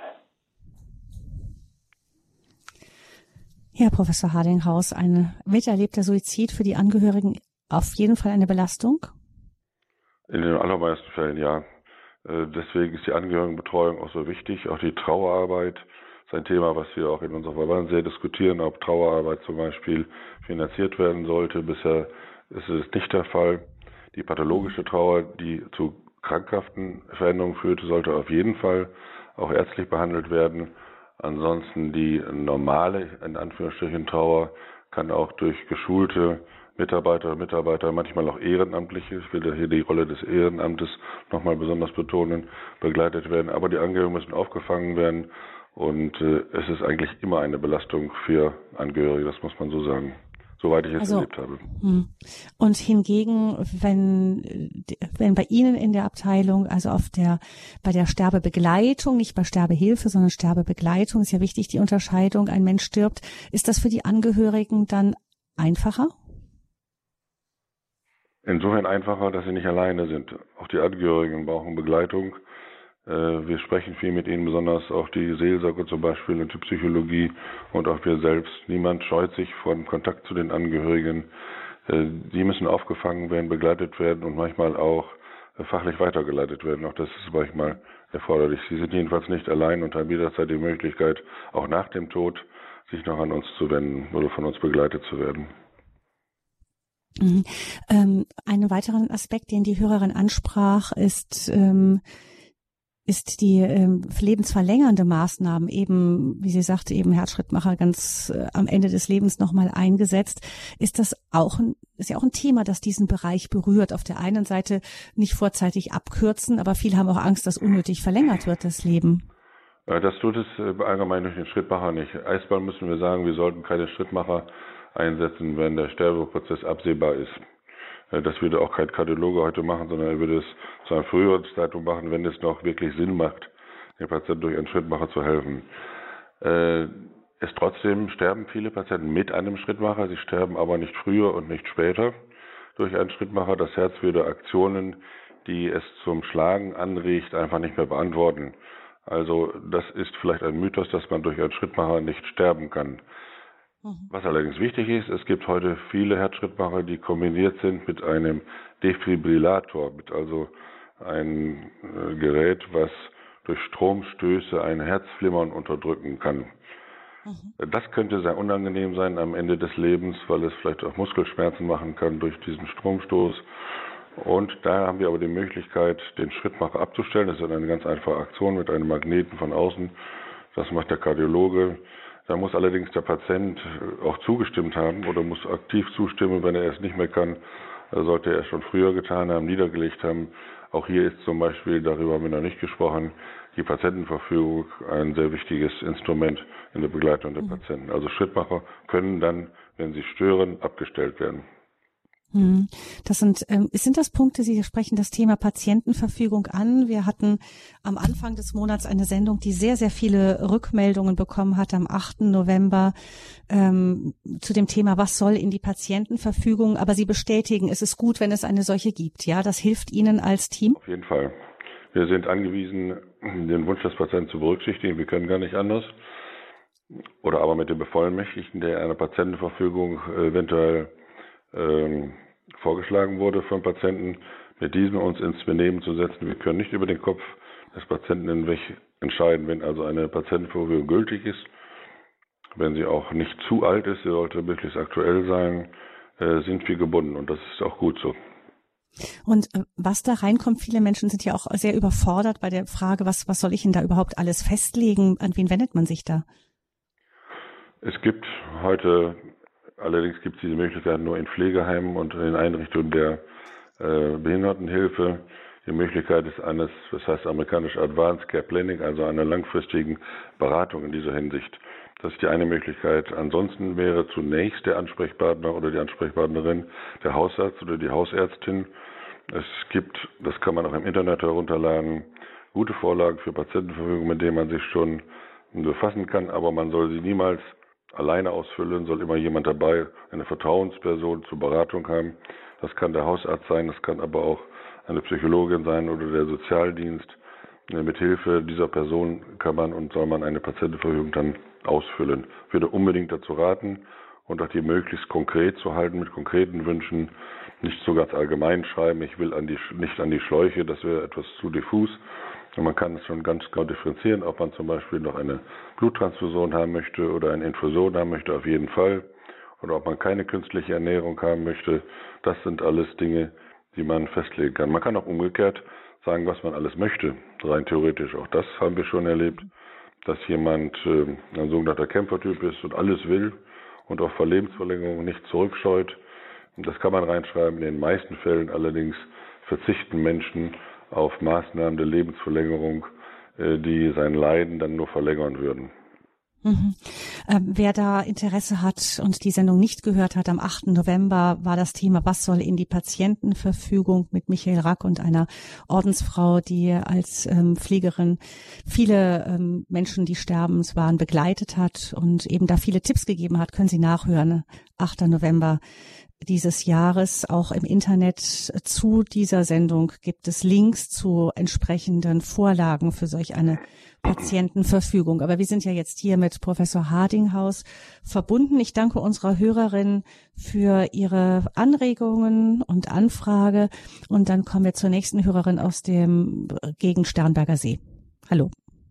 [SPEAKER 1] Herr Professor Hardinghaus, ein miterlebter Suizid für die Angehörigen auf jeden Fall eine Belastung?
[SPEAKER 2] In den allermeisten Fällen ja. Deswegen ist die Angehörigenbetreuung auch so wichtig. Auch die Trauerarbeit ist ein Thema, was wir auch in unserem Verband sehr diskutieren, ob Trauerarbeit zum Beispiel finanziert werden sollte. Bisher ist es nicht der Fall. Die pathologische Trauer, die zu krankhaften Veränderungen führt, sollte auf jeden Fall auch ärztlich behandelt werden. Ansonsten die normale, in Anführungsstrichen, Trauer kann auch durch geschulte Mitarbeiter, Mitarbeiter, manchmal auch Ehrenamtliche, ich will hier die Rolle des Ehrenamtes nochmal besonders betonen, begleitet werden. Aber die Angehörigen müssen aufgefangen werden und äh, es ist eigentlich immer eine Belastung für Angehörige, das muss man so sagen. Soweit ich es
[SPEAKER 1] also,
[SPEAKER 2] erlebt habe.
[SPEAKER 1] Und hingegen, wenn, wenn bei Ihnen in der Abteilung, also auf der, bei der Sterbebegleitung, nicht bei Sterbehilfe, sondern Sterbebegleitung, ist ja wichtig, die Unterscheidung, ein Mensch stirbt, ist das für die Angehörigen dann einfacher?
[SPEAKER 2] Insofern einfacher, dass sie nicht alleine sind. Auch die Angehörigen brauchen Begleitung. Wir sprechen viel mit ihnen, besonders auch die Seelsorge zum Beispiel und die Psychologie und auch wir selbst. Niemand scheut sich vor dem Kontakt zu den Angehörigen. Die müssen aufgefangen werden, begleitet werden und manchmal auch fachlich weitergeleitet werden. Auch das ist manchmal erforderlich. Sie sind jedenfalls nicht allein und haben jederzeit die Möglichkeit, auch nach dem Tod sich noch an uns zu wenden oder von uns begleitet zu werden.
[SPEAKER 1] Mhm. Ähm, einen weiteren Aspekt, den die Hörerin ansprach, ist ähm, ist die ähm, lebensverlängernde Maßnahmen eben, wie sie sagte, eben Herzschrittmacher ganz äh, am Ende des Lebens nochmal eingesetzt. Ist das auch ein, ist ja auch ein Thema, das diesen Bereich berührt. Auf der einen Seite nicht vorzeitig abkürzen, aber viele haben auch Angst, dass unnötig verlängert wird, das Leben.
[SPEAKER 2] Das tut es allgemein durch den Schrittmacher nicht. Erstmal müssen wir sagen, wir sollten keine Schrittmacher einsetzen, wenn der Sterbeprozess absehbar ist. Das würde auch kein Kardiologe heute machen, sondern er würde es zu einem früheren Datum machen, wenn es noch wirklich Sinn macht, dem Patienten durch einen Schrittmacher zu helfen. Äh, es trotzdem sterben viele Patienten mit einem Schrittmacher, sie sterben aber nicht früher und nicht später durch einen Schrittmacher. Das Herz würde Aktionen, die es zum Schlagen anregt, einfach nicht mehr beantworten. Also das ist vielleicht ein Mythos, dass man durch einen Schrittmacher nicht sterben kann. Was allerdings wichtig ist, es gibt heute viele Herzschrittmacher, die kombiniert sind mit einem Defibrillator, mit also einem äh, Gerät, was durch Stromstöße ein Herzflimmern unterdrücken kann. Mhm. Das könnte sehr unangenehm sein am Ende des Lebens, weil es vielleicht auch Muskelschmerzen machen kann durch diesen Stromstoß. Und da haben wir aber die Möglichkeit, den Schrittmacher abzustellen. Das ist eine ganz einfache Aktion mit einem Magneten von außen. Das macht der Kardiologe. Da muss allerdings der Patient auch zugestimmt haben oder muss aktiv zustimmen, wenn er es nicht mehr kann. Sollte er es schon früher getan haben, niedergelegt haben. Auch hier ist zum Beispiel, darüber haben wir noch nicht gesprochen, die Patientenverfügung ein sehr wichtiges Instrument in der Begleitung der Patienten. Also Schrittmacher können dann, wenn sie stören, abgestellt werden.
[SPEAKER 1] Das sind, ähm, sind das Punkte, Sie sprechen das Thema Patientenverfügung an. Wir hatten am Anfang des Monats eine Sendung, die sehr, sehr viele Rückmeldungen bekommen hat am achten November ähm, zu dem Thema, was soll in die Patientenverfügung. Aber Sie bestätigen, es ist gut, wenn es eine solche gibt. Ja, das hilft Ihnen als Team?
[SPEAKER 2] Auf jeden Fall. Wir sind angewiesen, den Wunsch des Patienten zu berücksichtigen. Wir können gar nicht anders. Oder aber mit dem Bevollmächtigten, der eine Patientenverfügung eventuell ähm, vorgeschlagen wurde vom Patienten, mit diesem uns ins Benehmen zu setzen. Wir können nicht über den Kopf des Patienten hinweg entscheiden, wenn also eine Patientenverfügung gültig ist, wenn sie auch nicht zu alt ist, sie sollte möglichst aktuell sein, äh, sind wir gebunden und das ist auch gut so.
[SPEAKER 1] Und was da reinkommt, viele Menschen sind ja auch sehr überfordert bei der Frage, was, was soll ich denn da überhaupt alles festlegen? An wen wendet man sich da?
[SPEAKER 2] Es gibt heute, allerdings gibt es diese Möglichkeit nur in Pflegeheimen und in Einrichtungen der äh, Behindertenhilfe, die Möglichkeit ist eines, das heißt amerikanisch Advanced Care Planning, also einer langfristigen Beratung in dieser Hinsicht. Das ist die eine Möglichkeit. Ansonsten wäre zunächst der Ansprechpartner oder die Ansprechpartnerin der Hausarzt oder die Hausärztin. Es gibt, das kann man auch im Internet herunterladen, gute Vorlagen für Patientenverfügung, mit denen man sich schon befassen kann, aber man soll sie niemals alleine ausfüllen, soll immer jemand dabei, eine Vertrauensperson zur Beratung haben. Das kann der Hausarzt sein, das kann aber auch eine Psychologin sein oder der Sozialdienst. Mit Hilfe dieser Person kann man und soll man eine Patientenverfügung dann ausfüllen. Ich würde unbedingt dazu raten und auch die möglichst konkret zu halten, mit konkreten Wünschen, nicht so ganz allgemein schreiben, ich will an die, nicht an die Schläuche, das wäre etwas zu diffus. Und man kann es schon ganz genau differenzieren, ob man zum Beispiel noch eine Bluttransfusion haben möchte oder eine Infusion haben möchte, auf jeden Fall. Oder ob man keine künstliche Ernährung haben möchte. Das sind alles Dinge, die man festlegen kann. Man kann auch umgekehrt sagen, was man alles möchte, rein theoretisch. Auch das haben wir schon erlebt, dass jemand äh, ein sogenannter Kämpfertyp ist und alles will und auch vor Lebensverlängerung nicht zurückscheut. Und das kann man reinschreiben. In den meisten Fällen allerdings verzichten Menschen auf Maßnahmen der Lebensverlängerung, äh, die sein Leiden dann nur verlängern würden.
[SPEAKER 1] Mhm. Ähm, wer da Interesse hat und die Sendung nicht gehört hat, am achten November war das Thema, was soll in die Patientenverfügung mit Michael Rack und einer Ordensfrau, die als ähm, Pflegerin viele ähm, Menschen, die sterbens waren, begleitet hat und eben da viele Tipps gegeben hat. Können Sie nachhören, achter November dieses Jahres. Auch im Internet zu dieser Sendung gibt es Links zu entsprechenden Vorlagen für solch eine Patientenverfügung. Aber wir sind ja jetzt hier mit Professor Hardinghaus verbunden. Ich danke unserer Hörerin für ihre Anregungen und Anfrage. Und dann kommen wir zur nächsten Hörerin aus dem Gegend Starnberger See. Hallo.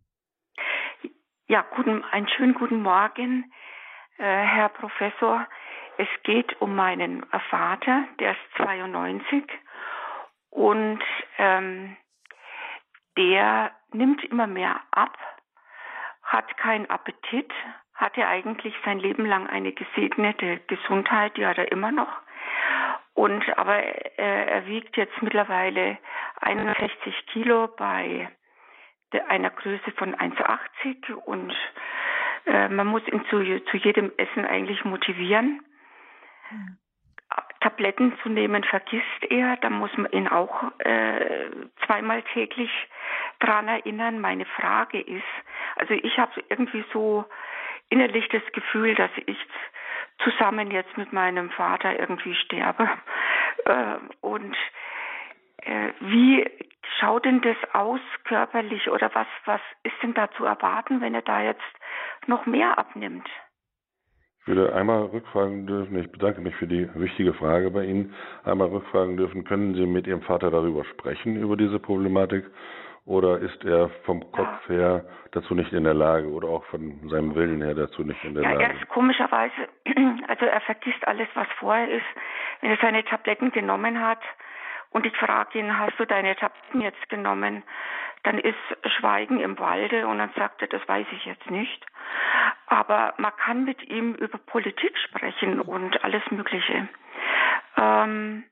[SPEAKER 4] Ja, guten, einen schönen guten Morgen, äh, Herr Professor. Es geht um meinen Vater, der ist zweiundneunzig und ähm, der nimmt immer mehr ab, hat keinen Appetit, hatte eigentlich sein Leben lang eine gesegnete Gesundheit, die hat er immer noch. Und aber äh, er wiegt jetzt mittlerweile einundsechzig Kilo bei der, einer Größe von eins Komma achtzig und äh, man muss ihn zu, zu jedem Essen eigentlich motivieren. Hm. Tabletten zu nehmen vergisst er, da muss man ihn auch äh, zweimal täglich dran erinnern. Meine Frage ist, also ich habe irgendwie so innerlich das Gefühl, dass ich zusammen jetzt mit meinem Vater irgendwie sterbe. Äh, und äh, wie schaut denn das aus körperlich oder was, was ist denn da zu erwarten, wenn er da jetzt noch mehr abnimmt?
[SPEAKER 2] Ich würde einmal rückfragen dürfen, ich bedanke mich für die wichtige Frage bei Ihnen, einmal rückfragen dürfen, können Sie mit Ihrem Vater darüber sprechen, über diese Problematik, oder ist er vom Kopf her dazu nicht in der Lage oder auch von seinem Willen her dazu nicht in der
[SPEAKER 4] ja,
[SPEAKER 2] Lage?
[SPEAKER 4] Er ist komischerweise, also er vergisst alles, was vorher ist, wenn er seine Tabletten genommen hat und ich frage ihn, hast du deine Tabletten jetzt genommen? Dann ist Schweigen im Walde und dann sagt er, das weiß ich jetzt nicht. Aber man kann mit ihm über Politik sprechen und alles Mögliche. Ähm,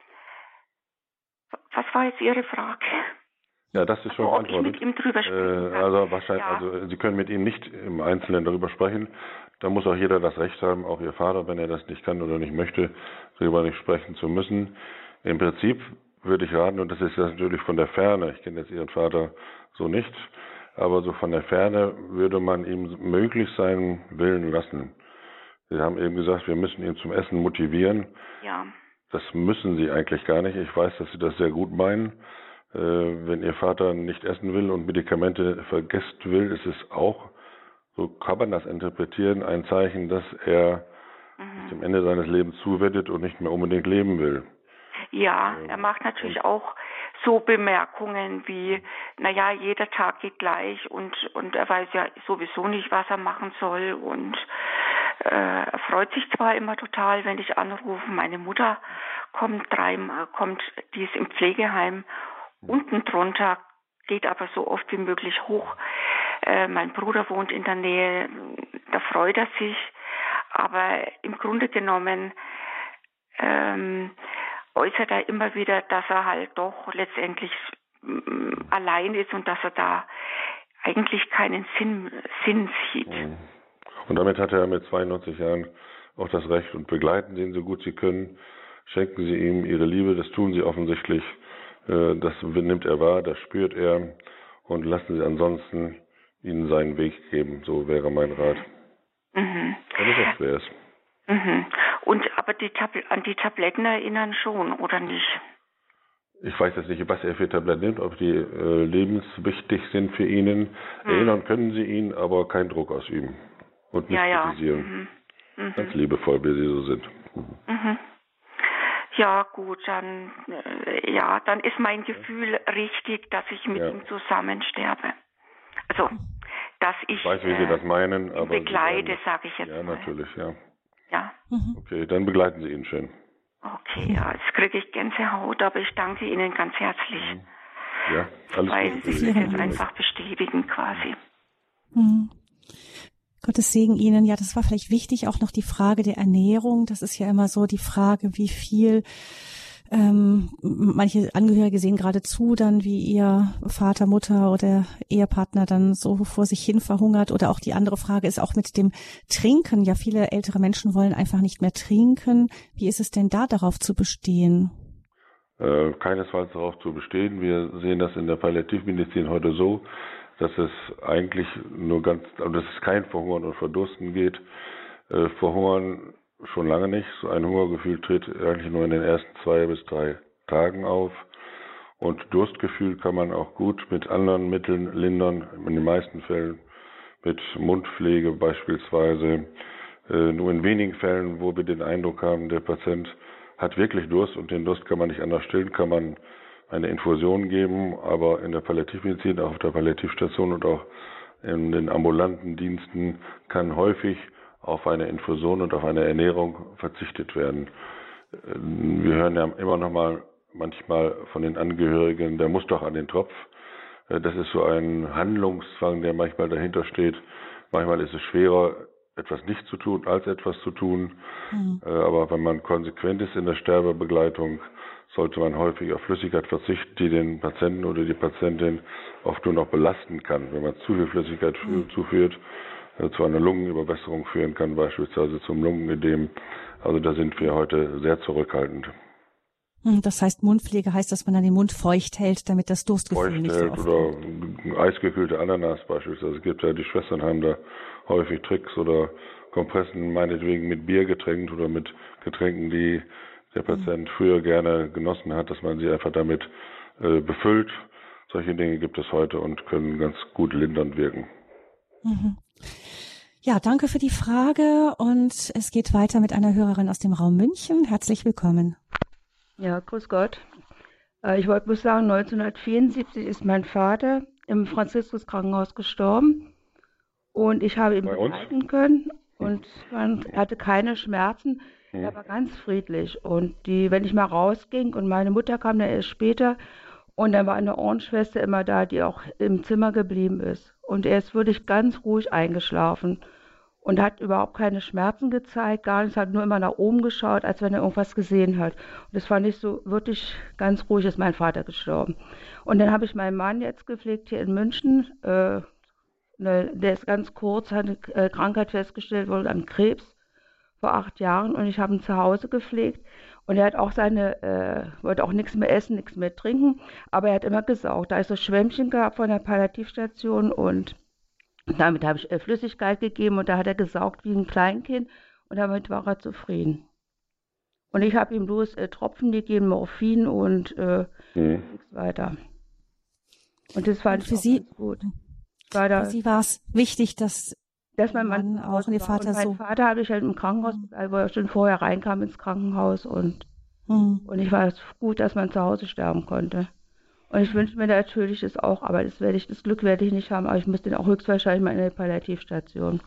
[SPEAKER 4] was war jetzt Ihre Frage?
[SPEAKER 2] Ja, das ist schon
[SPEAKER 4] also, ob
[SPEAKER 2] beantwortet.
[SPEAKER 4] ich mit ihm drüber sprechen kann.
[SPEAKER 2] Äh, also wahrscheinlich,
[SPEAKER 4] ja.
[SPEAKER 2] also Sie können mit ihm nicht im Einzelnen darüber sprechen. Da muss auch jeder das Recht haben, auch Ihr Vater, wenn er das nicht kann oder nicht möchte, darüber nicht sprechen zu müssen. Im Prinzip würde ich raten, und das ist ja natürlich von der Ferne, ich kenne jetzt Ihren Vater so nicht, aber so von der Ferne würde man ihm möglichst seinen Willen lassen. Sie haben eben gesagt, wir müssen ihn zum Essen motivieren.
[SPEAKER 4] Ja.
[SPEAKER 2] Das müssen Sie eigentlich gar nicht. Ich weiß, dass Sie das sehr gut meinen. Äh, wenn Ihr Vater nicht essen will und Medikamente vergessen will, ist es auch, so kann man das interpretieren, ein Zeichen, dass er mhm. sich dem Ende seines Lebens zuwendet und nicht mehr unbedingt leben will.
[SPEAKER 4] Ja, er macht natürlich auch so Bemerkungen wie, naja, jeder Tag geht gleich und, und er weiß ja sowieso nicht, was er machen soll und äh, er freut sich zwar immer total, wenn ich anrufe, meine Mutter kommt dreimal, kommt, die ist im Pflegeheim unten drunter, geht aber so oft wie möglich hoch. Äh, mein Bruder wohnt in der Nähe, da freut er sich, aber im Grunde genommen ähm, äußert er immer wieder, dass er halt doch letztendlich mm, allein ist und dass er da eigentlich keinen Sinn, Sinn sieht.
[SPEAKER 2] Und damit hat er mit zweiundneunzig Jahren auch das Recht und begleiten Sie ihn so gut Sie können. Schenken Sie ihm Ihre Liebe, das tun Sie offensichtlich. Das nimmt er wahr, das spürt er. Und lassen Sie ansonsten ihn seinen Weg geben. So wäre mein Rat.
[SPEAKER 4] Mhm.
[SPEAKER 2] Wenn es auch schwer ist.
[SPEAKER 4] Mhm. Und aber die Tabl- an die Tabletten erinnern schon, oder nicht?
[SPEAKER 2] Ich weiß jetzt nicht, was er für Tabletten nimmt, ob die äh, lebenswichtig sind für ihn. Hm. Erinnern können Sie ihn, aber keinen Druck ausüben. Und nicht
[SPEAKER 4] ja,
[SPEAKER 2] kritisieren.
[SPEAKER 4] Ja. Mhm.
[SPEAKER 2] Ganz liebevoll, wie Sie so sind.
[SPEAKER 4] Mhm. Ja, gut, dann, äh, ja, dann ist mein Gefühl richtig, dass ich mit ja. ihm zusammen sterbe. Also, dass ich,
[SPEAKER 2] ich weiß, wie Sie das meinen,
[SPEAKER 4] äh,
[SPEAKER 2] aber
[SPEAKER 4] begleite, sage ich jetzt
[SPEAKER 2] ja,
[SPEAKER 4] mal.
[SPEAKER 2] Ja, natürlich, ja.
[SPEAKER 4] Ja.
[SPEAKER 2] Okay, dann begleiten Sie ihn schön.
[SPEAKER 4] Okay, ja, jetzt kriege ich Gänsehaut, aber ich danke Ihnen ganz herzlich.
[SPEAKER 2] Ja, alles
[SPEAKER 4] weil
[SPEAKER 2] Gute.
[SPEAKER 4] Sie das jetzt einfach bestätigen quasi.
[SPEAKER 1] Mhm. Gottes Segen Ihnen. Ja, das war vielleicht wichtig, auch noch die Frage der Ernährung. Das ist ja immer so die Frage, wie viel ähm, manche Angehörige sehen gerade zu, dann wie ihr Vater, Mutter oder Ehepartner dann so vor sich hin verhungert. Oder auch die andere Frage ist auch mit dem Trinken. Ja, viele ältere Menschen wollen einfach nicht mehr trinken. Wie ist es denn da darauf zu bestehen?
[SPEAKER 2] Äh, keinesfalls darauf zu bestehen. Wir sehen das in der Palliativmedizin heute so, dass es eigentlich nur ganz, also dass es kein Verhungern und Verdursten geht. Äh, Verhungern schon lange nicht. So ein Hungergefühl tritt eigentlich nur in den ersten zwei bis drei Tagen auf. Und Durstgefühl kann man auch gut mit anderen Mitteln lindern, in den meisten Fällen mit Mundpflege beispielsweise. Äh, nur in wenigen Fällen, wo wir den Eindruck haben, der Patient hat wirklich Durst und den Durst kann man nicht anders stillen, kann man eine Infusion geben, aber in der Palliativmedizin, auch auf der Palliativstation und auch in den ambulanten Diensten kann häufig auf eine Infusion und auf eine Ernährung verzichtet werden. Wir hören ja immer noch mal manchmal von den Angehörigen, der muss doch an den Tropf. Das ist so ein Handlungszwang, der manchmal dahinter steht. Manchmal ist es schwerer, etwas nicht zu tun, als etwas zu tun. Mhm. Aber wenn man konsequent ist in der Sterbebegleitung, sollte man häufig auf Flüssigkeit verzichten, die den Patienten oder die Patientin oft nur noch belasten kann. Wenn man zu viel Flüssigkeit mhm. zuführt, äh, zu einer Lungenüberwässerung führen kann, beispielsweise zum Lungenödem. Also da sind wir heute sehr zurückhaltend.
[SPEAKER 1] Das heißt, Mundpflege heißt, dass man dann den Mund feucht hält, damit das Durstgefühl
[SPEAKER 2] feucht
[SPEAKER 1] nicht so
[SPEAKER 2] hält oder eisgekühlte Ananas beispielsweise. Es gibt ja, die Schwestern haben da häufig Tricks oder Kompressen, meinetwegen mit Bier getränkt oder mit Getränken, die der Patient mhm. früher gerne genossen hat, dass man sie einfach damit äh, befüllt. Solche Dinge gibt es heute und können ganz gut lindernd wirken.
[SPEAKER 1] Mhm. Ja, danke für die Frage und es geht weiter mit einer Hörerin aus dem Raum München. Herzlich willkommen.
[SPEAKER 5] Ja, grüß Gott. Ich wollte bloß sagen, neunzehnhundertvierundsiebzig ist mein Vater im Franziskus-Krankenhaus gestorben und ich habe ihn begleiten können und man hatte keine Schmerzen. Er war ganz friedlich und die, wenn ich mal rausging und meine Mutter kam dann erst später und dann war eine Ordensschwester immer da, die auch im Zimmer geblieben ist und er ist wirklich ganz ruhig eingeschlafen und hat überhaupt keine Schmerzen gezeigt, gar nichts, hat nur immer nach oben geschaut, als wenn er irgendwas gesehen hat. Und das fand ich so wirklich ganz ruhig, ist mein Vater gestorben. Und dann habe ich meinen Mann jetzt gepflegt hier in München, äh, ne, der ist ganz kurz, hat eine äh, Krankheit festgestellt worden an Krebs vor acht Jahren und ich habe ihn zu Hause gepflegt und er hat auch seine, äh, wollte auch nichts mehr essen, nichts mehr trinken, aber er hat immer gesaugt. Da ist so Schwämmchen gehabt von der Palliativstation und damit habe ich äh, Flüssigkeit gegeben und da hat er gesaugt wie ein Kleinkind und damit war er zufrieden. Und ich habe ihm bloß äh, Tropfen gegeben, Morphin und äh, mhm. nichts weiter. Und das fand
[SPEAKER 1] und für
[SPEAKER 5] ich auch
[SPEAKER 1] Sie,
[SPEAKER 5] ganz gut. War da,
[SPEAKER 1] für Sie war es wichtig, dass
[SPEAKER 5] dass mein Mann
[SPEAKER 1] Mann auch Ihr Vater
[SPEAKER 5] und mein
[SPEAKER 1] so.
[SPEAKER 5] Vater habe ich halt im Krankenhaus, mhm. wo er schon vorher reinkam ins Krankenhaus und,
[SPEAKER 1] mhm.
[SPEAKER 5] und ich war es gut, dass man zu Hause sterben konnte. Und ich wünsche mir natürlich das auch, aber das werde ich, das Glück werde ich nicht haben, aber ich muss den auch höchstwahrscheinlich mal in eine Palliativstation.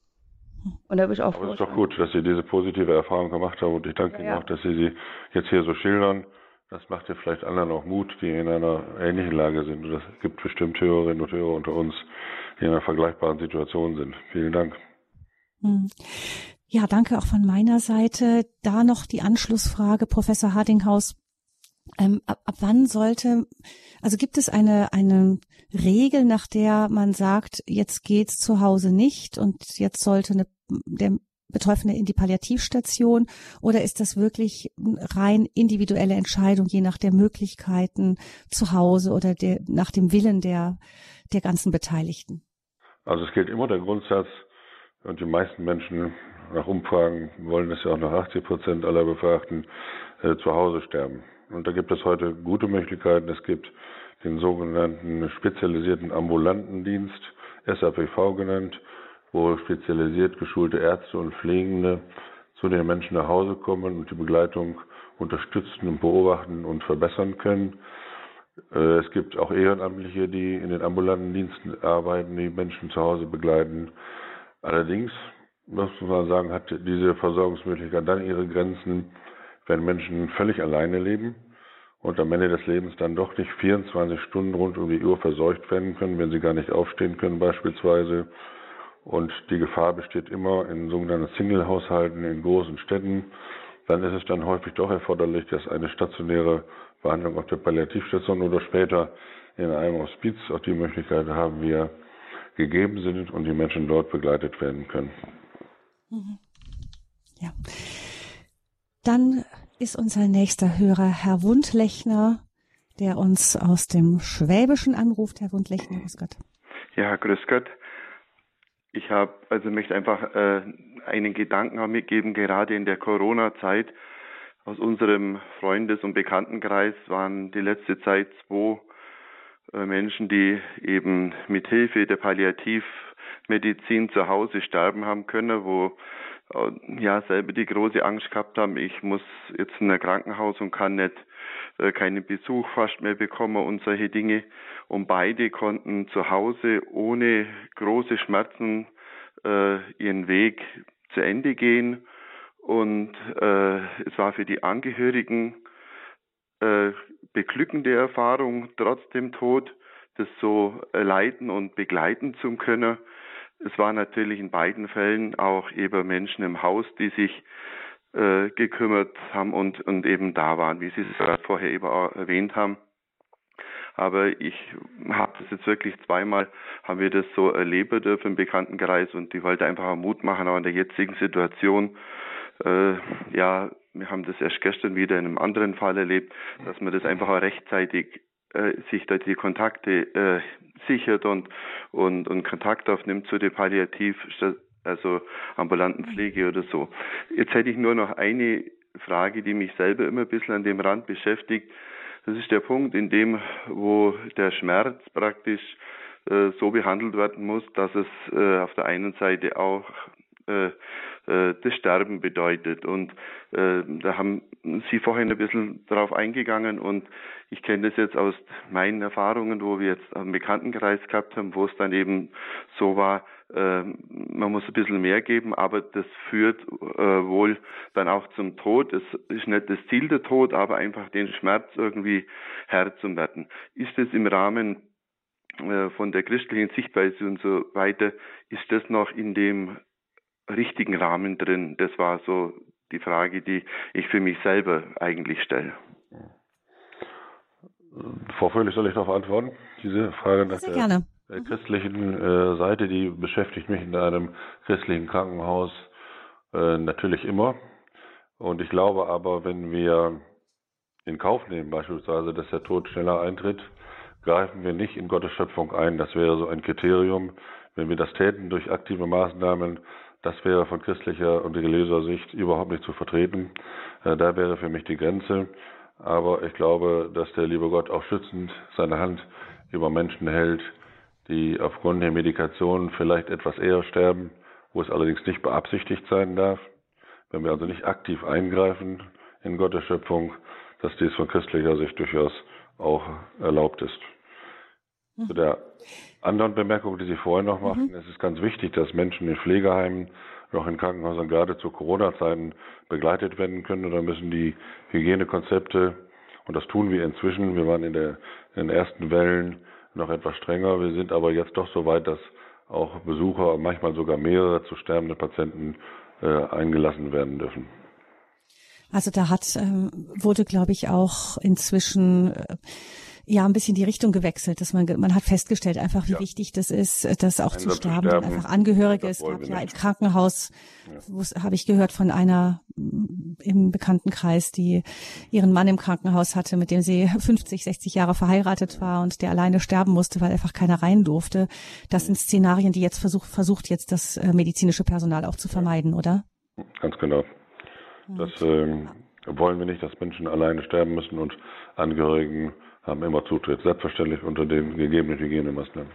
[SPEAKER 5] Und da habe ich auch.
[SPEAKER 2] Aber es ist doch gut, dass Sie diese positive Erfahrung gemacht haben und ich danke ja, Ihnen ja. auch, dass Sie sie jetzt hier so schildern. Das macht ja vielleicht anderen auch Mut, die in einer ähnlichen Lage sind. Und es gibt bestimmt Hörerinnen und Hörer unter uns, die in einer vergleichbaren Situation sind. Vielen Dank.
[SPEAKER 1] Hm. Ja, danke auch von meiner Seite. Da noch die Anschlussfrage, Professor Hardinghaus. Ähm, ab, ab wann sollte, also gibt es eine, eine Regel, nach der man sagt, jetzt geht's zu Hause nicht und jetzt sollte eine, der Betroffene in die Palliativstation, oder ist das wirklich rein individuelle Entscheidung, je nach der Möglichkeiten zu Hause oder der, nach dem Willen der, der ganzen Beteiligten?
[SPEAKER 2] Also es gilt immer der Grundsatz, und die meisten Menschen nach Umfragen wollen es ja auch nach achtzig Prozent aller Befragten äh, zu Hause sterben. Und da gibt es heute gute Möglichkeiten. Es gibt den sogenannten spezialisierten ambulanten Dienst, S A P V genannt, wo spezialisiert geschulte Ärzte und Pflegende zu den Menschen nach Hause kommen und die Begleitung unterstützen und beobachten und verbessern können. Äh, es gibt auch Ehrenamtliche, die in den ambulanten Diensten arbeiten, die Menschen zu Hause begleiten. Allerdings muss man sagen, hat diese Versorgungsmöglichkeit dann ihre Grenzen, wenn Menschen völlig alleine leben und am Ende des Lebens dann doch nicht vierundzwanzig Stunden rund um die Uhr versorgt werden können, wenn sie gar nicht aufstehen können beispielsweise. Und die Gefahr besteht immer in sogenannten Single-Haushalten in großen Städten. Dann ist es dann häufig doch erforderlich, dass eine stationäre Behandlung auf der Palliativstation oder später in einem Hospiz, auch die Möglichkeit haben wir, gegeben sind und die Menschen dort begleitet werden können.
[SPEAKER 1] Ja. Dann ist unser nächster Hörer Herr Wundlechner, der uns aus dem Schwäbischen anruft. Herr Wundlechner, grüß Gott.
[SPEAKER 6] Ja, grüß Gott. Ich habe, also möchte einfach äh, einen Gedanken mitgeben, gerade in der Corona-Zeit. Aus unserem Freundes- und Bekanntenkreis waren die letzte Zeit zwei äh, Menschen, die eben mit Hilfe der Palliativmedizin zu Hause sterben haben können, wo ja selber die große Angst gehabt haben, ich muss jetzt in ein Krankenhaus und kann nicht äh, keinen Besuch fast mehr bekommen und solche Dinge. Und beide konnten zu Hause ohne große Schmerzen äh, ihren Weg zu Ende gehen. Und äh, es war für die Angehörigen äh, beglückende Erfahrung, trotz dem Tod, das so äh, leiten und begleiten zu können. Es war natürlich in beiden Fällen auch eben Menschen im Haus, die sich äh, gekümmert haben und, und eben da waren, wie Sie es gerade vorher eben auch erwähnt haben. Aber ich habe das jetzt wirklich zweimal, haben wir das so erleben dürfen im Bekanntenkreis und ich wollte einfach Mut machen, auch in der jetzigen Situation. Äh, ja, wir haben das erst gestern wieder in einem anderen Fall erlebt, dass man das einfach auch rechtzeitig äh, sich da die Kontakte äh, sichert und, und, und Kontakt aufnimmt zu der Palliativ, also ambulanten Pflege oder so. Jetzt hätte ich nur noch eine Frage, die mich selber immer ein bisschen an dem Rand beschäftigt. Das ist der Punkt, in dem, wo der Schmerz praktisch äh, so behandelt werden muss, dass es äh, auf der einen Seite auch äh, äh, das Sterben bedeutet. Und äh, da haben Sie vorhin ein bisschen darauf eingegangen und ich kenne das jetzt aus meinen Erfahrungen, wo wir jetzt einen Bekanntenkreis gehabt haben, wo es dann eben so war, äh, man muss ein bisschen mehr geben, aber das führt äh, wohl dann auch zum Tod. Es ist nicht das Ziel der Tod, aber einfach den Schmerz irgendwie Herr zu werden. Ist es im Rahmen äh, von der christlichen Sichtweise und so weiter, ist das noch in dem richtigen Rahmen drin? Das war so die Frage, die ich für mich selber eigentlich stelle.
[SPEAKER 2] Frau Fröhlich, soll ich darauf antworten? Diese Frage nach
[SPEAKER 1] Sehr
[SPEAKER 2] der,
[SPEAKER 1] gerne.
[SPEAKER 2] der christlichen äh, Seite, die beschäftigt mich in einem christlichen Krankenhaus äh, natürlich immer. Und ich glaube aber, wenn wir in Kauf nehmen, beispielsweise, dass der Tod schneller eintritt, greifen wir nicht in Gottes Schöpfung ein. Das wäre so ein Kriterium. Wenn wir das täten durch aktive Maßnahmen, das wäre von christlicher und religiöser Sicht überhaupt nicht zu vertreten. Äh, da wäre für mich die Grenze. Aber ich glaube, dass der liebe Gott auch schützend seine Hand über Menschen hält, die aufgrund der Medikation vielleicht etwas eher sterben, wo es allerdings nicht beabsichtigt sein darf. Wenn wir also nicht aktiv eingreifen in Gottes Schöpfung, dass dies von christlicher Sicht durchaus auch erlaubt ist. Mhm. Zu der anderen Bemerkung, die Sie vorhin noch machten, mhm. es ist ganz wichtig, dass Menschen in Pflegeheimen, noch in Krankenhäusern gerade zu Corona-Zeiten begleitet werden können. Und da müssen die Hygienekonzepte, und das tun wir inzwischen, wir waren in, der, in den ersten Wellen noch etwas strenger, wir sind aber jetzt doch so weit, dass auch Besucher, manchmal sogar mehrere zu sterbende Patienten äh, eingelassen werden dürfen.
[SPEAKER 1] Also da hat ähm, wurde, glaube ich, auch inzwischen äh, ja ein bisschen die Richtung gewechselt, dass man man hat festgestellt einfach, wie ja. wichtig das ist, das auch zu sterben, zu sterben. Einfach Angehörige. Ja, es gab ja im Krankenhaus, ja. habe ich gehört von einer im Bekanntenkreis, die ihren Mann im Krankenhaus hatte, mit dem sie fünfzig, sechzig Jahre verheiratet war und der alleine sterben musste, weil einfach keiner rein durfte. Das sind Szenarien, die jetzt versucht versucht jetzt das äh, medizinische Personal auch zu vermeiden, ja. oder?
[SPEAKER 2] Ganz genau. Das ähm, wollen wir nicht, dass Menschen alleine sterben müssen, und Angehörigen haben immer Zutritt, selbstverständlich unter den gegebenen Hygienemaßnahmen.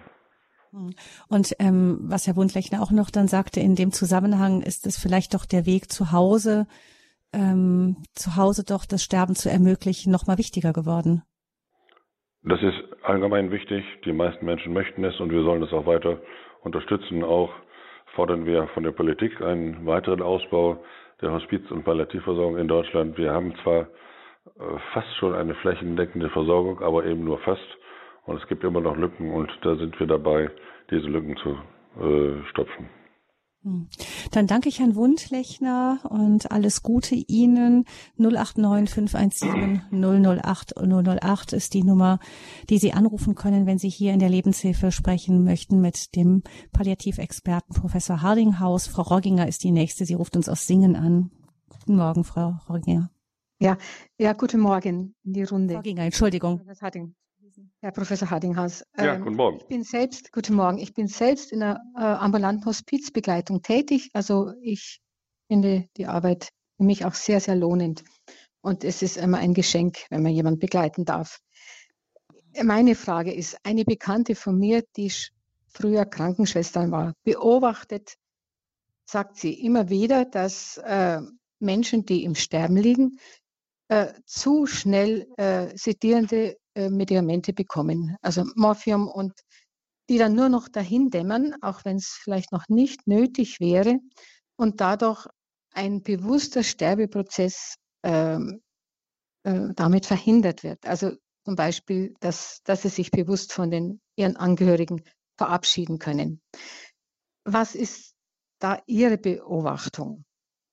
[SPEAKER 1] Und ähm, was Herr Wundlechner auch noch dann sagte, in dem Zusammenhang ist es vielleicht doch der Weg zu Hause, ähm, zu Hause doch das Sterben zu ermöglichen, noch mal wichtiger geworden.
[SPEAKER 2] Das ist allgemein wichtig. Die meisten Menschen möchten es und wir sollen es auch weiter unterstützen. Auch fordern wir von der Politik einen weiteren Ausbau der Hospiz- und Palliativversorgung in Deutschland. Wir haben zwar äh, fast schon eine flächendeckende Versorgung, aber eben nur fast. Und es gibt immer noch Lücken und da sind wir dabei, diese Lücken zu äh, stopfen.
[SPEAKER 1] Dann danke ich Herrn Wundlechner und alles Gute Ihnen. null acht neun fünf eins sieben null null acht null null acht ist die Nummer, die Sie anrufen können, wenn Sie hier in der Lebenshilfe sprechen möchten mit dem Palliativexperten Professor Hardinghaus. Frau Rogginger ist die nächste. Sie ruft uns aus Singen an. Guten Morgen, Frau Rogginger.
[SPEAKER 7] Ja, ja, guten Morgen in die Runde.
[SPEAKER 1] Frau Rogginger, Entschuldigung.
[SPEAKER 7] Herr Professor Hardinghaus.
[SPEAKER 2] Ja, guten Morgen.
[SPEAKER 7] Ich bin selbst, guten Morgen. Ich bin selbst in der äh, ambulanten Hospizbegleitung tätig. Also ich finde die Arbeit für mich auch sehr, sehr lohnend. Und es ist immer ein Geschenk, wenn man jemanden begleiten darf. Meine Frage ist, eine Bekannte von mir, die früher Krankenschwester war, beobachtet, sagt sie immer wieder, dass äh, Menschen, die im Sterben liegen, äh, zu schnell äh, sedierende Medikamente bekommen, also Morphium, und die dann nur noch dahin dämmern, auch wenn es vielleicht noch nicht nötig wäre, und dadurch ein bewusster Sterbeprozess ähm, äh, damit verhindert wird. Also zum Beispiel, dass, dass sie sich bewusst von den, ihren Angehörigen verabschieden können. Was ist da Ihre Beobachtung?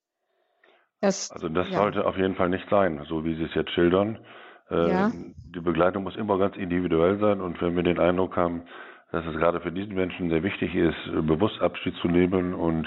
[SPEAKER 2] Das, also das ja. sollte auf jeden Fall nicht sein, so wie Sie es jetzt schildern.
[SPEAKER 7] Ja.
[SPEAKER 2] Die Begleitung muss immer ganz individuell sein, und wenn wir den Eindruck haben, dass es gerade für diesen Menschen sehr wichtig ist, bewusst Abschied zu nehmen und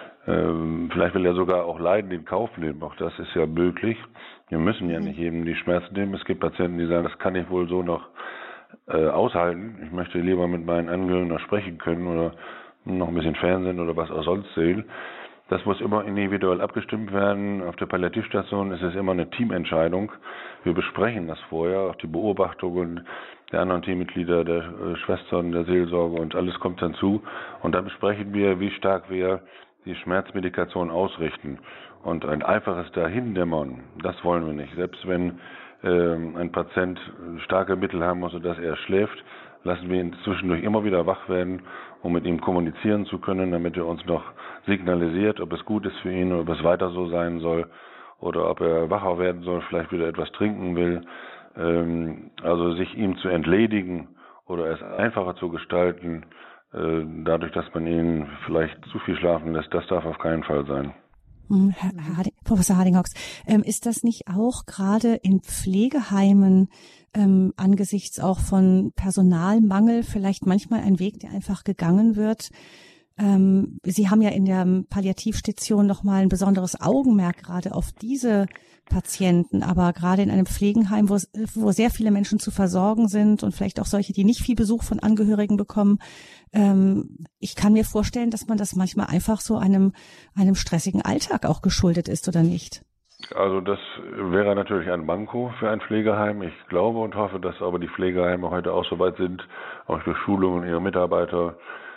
[SPEAKER 2] ähm, vielleicht will er sogar auch Leiden in Kauf nehmen, auch das ist ja möglich. Wir müssen ja nicht jedem die Schmerzen nehmen. Es gibt Patienten, die sagen, das kann ich wohl so noch äh, aushalten. Ich möchte lieber mit meinen Angehörigen noch sprechen können oder noch ein bisschen Fernsehen oder was auch sonst sehen. Das muss immer individuell abgestimmt werden. Auf der Palliativstation ist es immer eine Teamentscheidung. Wir besprechen das vorher, auch die Beobachtungen der anderen Teammitglieder, der äh, Schwestern, der Seelsorge, und alles kommt dann zu. Und dann besprechen wir, wie stark wir die Schmerzmedikation ausrichten. Und ein einfaches Dahindämmern, das wollen wir nicht. Selbst wenn äh, ein Patient starke Mittel haben muss, sodass er schläft, lassen wir ihn zwischendurch immer wieder wach werden, um mit ihm kommunizieren zu können, damit er uns noch signalisiert, ob es gut ist für ihn, ob es weiter so sein soll oder ob er wacher werden soll, vielleicht wieder etwas trinken will. Ähm, also sich ihm zu entledigen oder es einfacher zu gestalten, äh, dadurch, dass man ihn vielleicht zu viel schlafen lässt, das darf auf keinen Fall sein.
[SPEAKER 1] Herr, Herr Harding, Professor Hardinghaus, ähm, ist das nicht auch gerade in Pflegeheimen ähm, angesichts auch von Personalmangel vielleicht manchmal ein Weg, der einfach gegangen wird? Ähm, Sie haben ja in der Palliativstation nochmal ein besonderes Augenmerk gerade auf diese Patienten, aber gerade in einem Pflegeheim, wo, wo sehr viele Menschen zu versorgen sind und vielleicht auch solche, die nicht viel Besuch von Angehörigen bekommen, ähm, ich kann mir vorstellen, dass man das manchmal einfach so einem, einem stressigen Alltag auch geschuldet ist, oder nicht?
[SPEAKER 2] Also das wäre natürlich ein Manko für ein Pflegeheim. Ich glaube und hoffe, dass aber die Pflegeheime heute auch so weit sind, auch durch Schulungen ihrer Mitarbeiter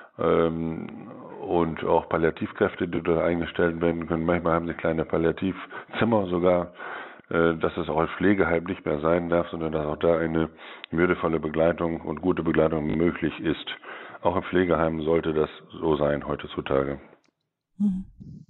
[SPEAKER 2] ähm, und auch Palliativkräfte, die dort eingestellt werden können. Manchmal haben sie kleine Palliativzimmer sogar, äh, dass es auch als Pflegeheim nicht mehr sein darf, sondern dass auch da eine würdevolle Begleitung und gute Begleitung möglich ist. Auch im Pflegeheim sollte das so sein heutzutage.
[SPEAKER 1] Hm.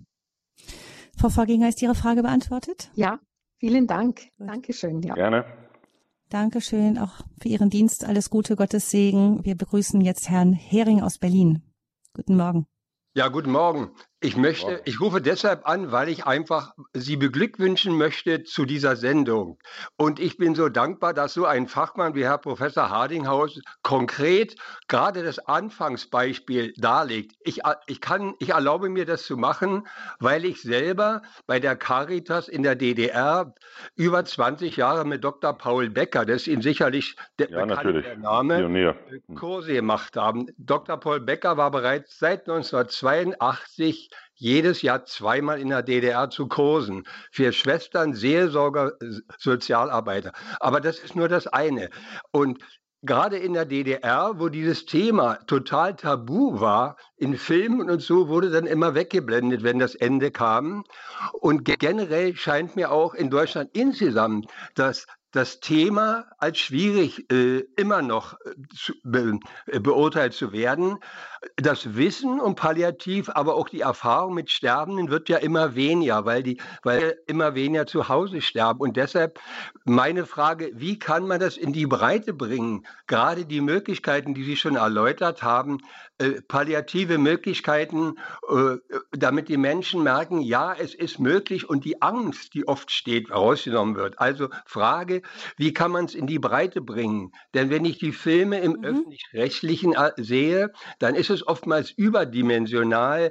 [SPEAKER 1] Frau Vorgänger, ist Ihre Frage beantwortet?
[SPEAKER 7] Ja, vielen Dank. Gut. Dankeschön. Ja.
[SPEAKER 2] Gerne.
[SPEAKER 1] Dankeschön auch für Ihren Dienst. Alles Gute, Gottes Segen. Wir begrüßen jetzt Herrn Hering aus Berlin. Guten Morgen.
[SPEAKER 8] Ja, guten Morgen. Ich möchte, ich rufe deshalb an, weil ich einfach Sie beglückwünschen möchte zu dieser Sendung. Und ich bin so dankbar, dass so ein Fachmann wie Herr Professor Hardinghaus konkret gerade das Anfangsbeispiel darlegt. Ich, ich kann, ich erlaube mir das zu machen, weil ich selber bei der Caritas in der D D R über zwanzig Jahre mit Doktor Paul Becker, das ist Ihnen sicherlich der,
[SPEAKER 2] ja,
[SPEAKER 8] bekannte der Name,
[SPEAKER 2] Pionier.
[SPEAKER 8] Kurse gemacht haben. Doktor Paul Becker war bereits seit neunzehnhundertzweiundachtzig jedes Jahr zweimal in der D D R zu Kursen für Schwestern, Seelsorger, Sozialarbeiter. Aber das ist nur das eine. Und gerade in der D D R, wo dieses Thema total tabu war, in Filmen und so wurde dann immer weggeblendet, wenn das Ende kam. Und generell scheint mir auch in Deutschland insgesamt das das Thema als schwierig äh, immer noch äh, zu, be, äh, beurteilt zu werden. Das Wissen um Palliativ, aber auch die Erfahrung mit Sterbenden wird ja immer weniger, weil die, weil immer weniger zu Hause sterben. Und deshalb meine Frage, wie kann man das in die Breite bringen? Gerade die Möglichkeiten, die Sie schon erläutert haben, äh, palliative Möglichkeiten, äh, damit die Menschen merken, ja, es ist möglich und die Angst, die oft steht, rausgenommen wird. Also Frage, wie kann man es in die Breite bringen? Denn wenn ich die Filme im mhm. Öffentlich-Rechtlichen sehe, dann ist es oftmals überdimensional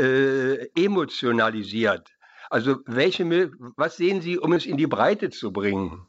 [SPEAKER 8] äh, emotionalisiert. Also welche, was sehen Sie, um es in die Breite zu bringen?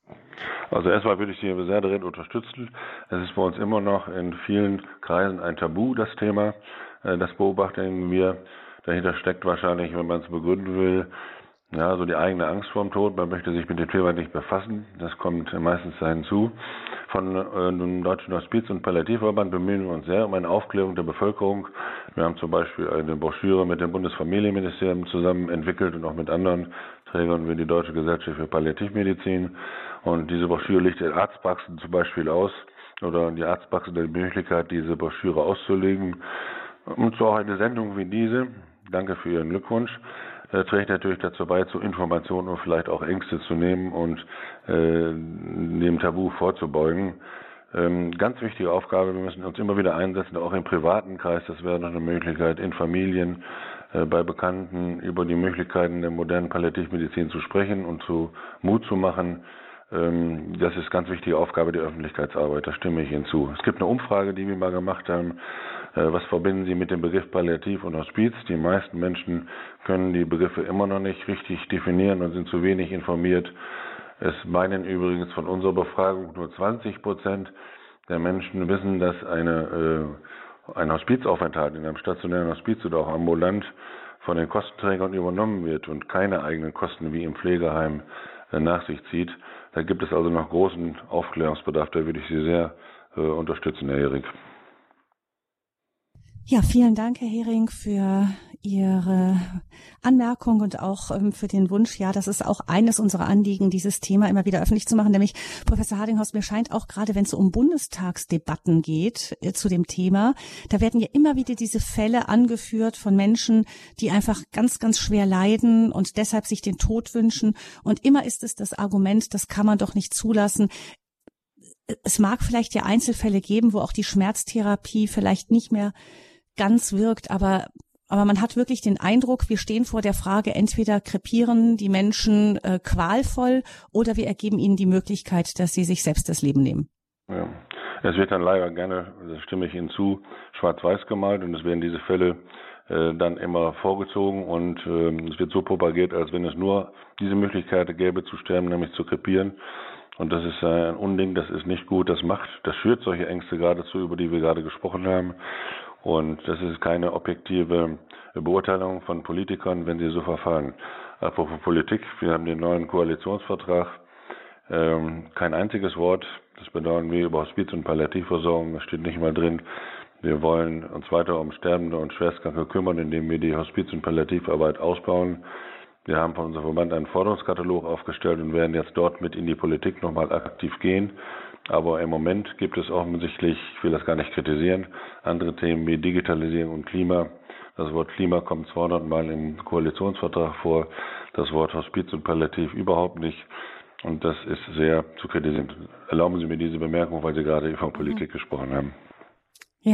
[SPEAKER 2] Also erstmal würde ich Sie sehr darin unterstützen. Es ist bei uns immer noch in vielen Kreisen ein Tabu, das Thema. Das beobachten wir. Dahinter steckt wahrscheinlich, wenn man es begründen will, ja, so die eigene Angst vor dem Tod. Man möchte sich mit dem Thema nicht befassen. Das kommt meistens da hinzu. Von äh, dem Deutschen Hospiz- und Palliativverband bemühen wir uns sehr um eine Aufklärung der Bevölkerung. Wir haben zum Beispiel eine Broschüre mit dem Bundesfamilienministerium zusammen entwickelt und auch mit anderen Trägern wie die Deutsche Gesellschaft für Palliativmedizin. Und diese Broschüre liegt in Arztpraxen zum Beispiel aus. Oder die Arztpraxen hat die Möglichkeit, diese Broschüre auszulegen. Und so auch eine Sendung wie diese. Danke für Ihren Glückwunsch. Trägt natürlich dazu bei, zu Informationen und vielleicht auch Ängste zu nehmen und äh, dem Tabu vorzubeugen. Ähm, ganz wichtige Aufgabe, wir müssen uns immer wieder einsetzen, auch im privaten Kreis, das wäre noch eine Möglichkeit, in Familien, äh, bei Bekannten über die Möglichkeiten der modernen Palliativmedizin zu sprechen und zu Mut zu machen. Ähm, das ist ganz wichtige Aufgabe der Öffentlichkeitsarbeit, da stimme ich Ihnen zu. Es gibt eine Umfrage, die wir mal gemacht haben. Was verbinden Sie mit dem Begriff Palliativ und Hospiz? Die meisten Menschen können die Begriffe immer noch nicht richtig definieren und sind zu wenig informiert. Es meinen übrigens von unserer Befragung nur zwanzig Prozent der Menschen wissen, dass eine, äh, ein Hospizaufenthalt in einem stationären Hospiz oder auch ambulant von den Kostenträgern übernommen wird und keine eigenen Kosten wie im Pflegeheim äh, nach sich zieht. Da gibt es also noch großen Aufklärungsbedarf. Da würde ich Sie sehr äh, unterstützen, Herr Hering.
[SPEAKER 1] Ja, vielen Dank, Herr Hering, für Ihre Anmerkung und auch ähm, für den Wunsch. Ja, das ist auch eines unserer Anliegen, dieses Thema immer wieder öffentlich zu machen. Nämlich, Professor Hardinghaus, mir scheint auch gerade, wenn es um Bundestagsdebatten geht äh, zu dem Thema, da werden ja immer wieder diese Fälle angeführt von Menschen, die einfach ganz, ganz schwer leiden und deshalb sich den Tod wünschen. Und immer ist es das Argument, das kann man doch nicht zulassen. Es mag vielleicht ja Einzelfälle geben, wo auch die Schmerztherapie vielleicht nicht mehr ganz wirkt, aber aber man hat wirklich den Eindruck, wir stehen vor der Frage, entweder krepieren die Menschen äh, qualvoll oder wir ergeben ihnen die Möglichkeit, dass sie sich selbst das Leben nehmen.
[SPEAKER 2] Ja, es wird dann leider gerne, da stimme ich Ihnen zu, schwarz-weiß gemalt und es werden diese Fälle äh, dann immer vorgezogen und äh, es wird so propagiert, als wenn es nur diese Möglichkeit gäbe zu sterben, nämlich zu krepieren. Und das ist ein Unding, das ist nicht gut, das macht, das schürt solche Ängste geradezu, über die wir gerade gesprochen haben. Und das ist keine objektive Beurteilung von Politikern, wenn sie so verfahren. Apropos Politik, wir haben den neuen Koalitionsvertrag, ähm, kein einziges Wort, das bedauern wir, über Hospiz- und Palliativversorgung, das steht nicht mal drin. Wir wollen uns weiter um Sterbende und Schwerstkranke kümmern, indem wir die Hospiz- und Palliativarbeit ausbauen. Wir haben von unserem Verband einen Forderungskatalog aufgestellt und werden jetzt dort mit in die Politik nochmal aktiv gehen. Aber im Moment gibt es offensichtlich, ich will das gar nicht kritisieren, andere Themen wie Digitalisierung und Klima. Das Wort Klima kommt zweihundert Mal im Koalitionsvertrag vor, das Wort Hospiz und Palliativ überhaupt nicht. Und das ist sehr zu kritisieren. Erlauben Sie mir diese Bemerkung, weil Sie gerade über Politik mhm. gesprochen haben.
[SPEAKER 1] Ja,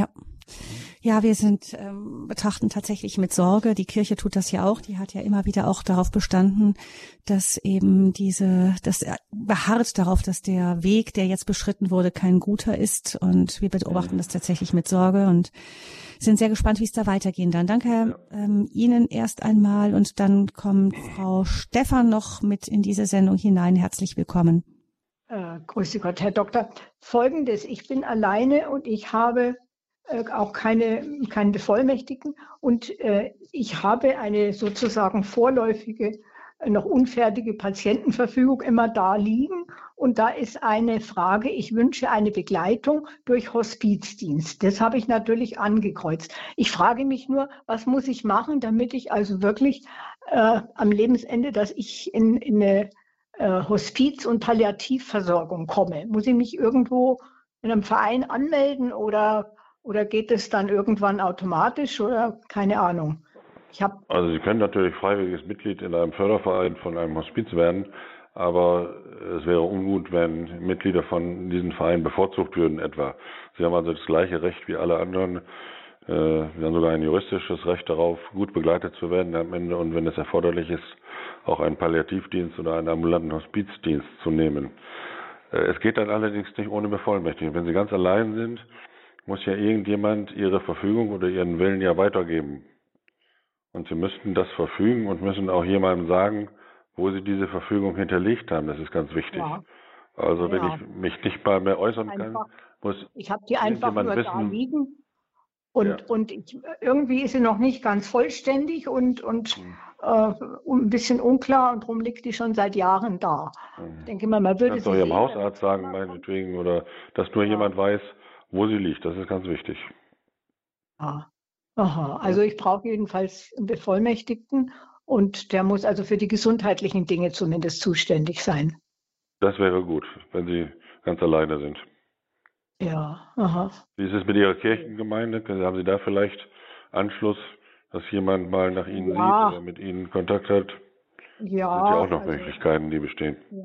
[SPEAKER 1] Ja, wir sind ähm, betrachten tatsächlich mit Sorge. Die Kirche tut das ja auch. Die hat ja immer wieder auch darauf bestanden, dass eben diese, dass er beharrt darauf, dass der Weg, der jetzt beschritten wurde, kein guter ist. Und wir beobachten das tatsächlich mit Sorge und sind sehr gespannt, wie es da weitergehen dann. Danke ja. ähm, Ihnen erst einmal und dann kommt Frau Stephan noch mit in diese Sendung hinein. Herzlich willkommen.
[SPEAKER 9] Äh, grüße Gott, Herr Doktor. Folgendes, ich bin alleine und ich habe äh, auch keine, keinen Bevollmächtigten und äh, ich habe eine sozusagen vorläufige, äh, noch unfertige Patientenverfügung immer da liegen und da ist eine Frage, ich wünsche eine Begleitung durch Hospizdienst. Das habe ich natürlich angekreuzt. Ich frage mich nur, was muss ich machen, damit ich also wirklich äh, am Lebensende, dass ich in, in eine Hospiz- und Palliativversorgung komme. Muss ich mich irgendwo in einem Verein anmelden oder, oder geht es dann irgendwann automatisch oder keine Ahnung? Ich hab
[SPEAKER 2] also Sie können natürlich freiwilliges Mitglied in einem Förderverein von einem Hospiz werden, aber es wäre ungut, wenn Mitglieder von diesem Verein bevorzugt würden etwa. Sie haben also das gleiche Recht wie alle anderen. Sie haben sogar ein juristisches Recht darauf, gut begleitet zu werden am Ende und wenn es erforderlich ist, auch einen Palliativdienst oder einen ambulanten Hospizdienst zu nehmen. Es geht dann allerdings nicht ohne Bevollmächtigung. Wenn Sie ganz allein sind, muss ja irgendjemand Ihre Verfügung oder Ihren Willen ja weitergeben. Und Sie müssten das verfügen und müssen auch jemandem sagen, wo Sie diese Verfügung hinterlegt haben. Das ist ganz wichtig. Ja. Also wenn ja. ich mich nicht mal mehr äußern
[SPEAKER 9] einfach,
[SPEAKER 2] kann, muss
[SPEAKER 9] ich habe die einfach nur
[SPEAKER 2] wissen,
[SPEAKER 9] da liegen. Und, ja. und ich, irgendwie ist sie noch nicht ganz vollständig und, und hm. äh, ein bisschen unklar und darum liegt die schon seit Jahren da. Hm. Ich denke mal, man würde
[SPEAKER 2] Kannst sie doch Ihrem Hausarzt sagen, meinetwegen, oder dass nur ja. jemand weiß, wo sie liegt. Das ist ganz wichtig.
[SPEAKER 9] Ah. Aha, also ich brauche jedenfalls einen Bevollmächtigten und der muss also für die gesundheitlichen Dinge zumindest zuständig sein.
[SPEAKER 2] Das wäre gut, wenn Sie ganz alleine sind.
[SPEAKER 9] Ja, aha.
[SPEAKER 2] Wie ist es mit Ihrer Kirchengemeinde? Haben Sie da vielleicht Anschluss, dass jemand mal nach Ihnen ja. sieht oder mit Ihnen Kontakt hat?
[SPEAKER 9] Ja.
[SPEAKER 2] Das sind ja auch noch
[SPEAKER 9] also,
[SPEAKER 2] Möglichkeiten, die bestehen.
[SPEAKER 9] Ja.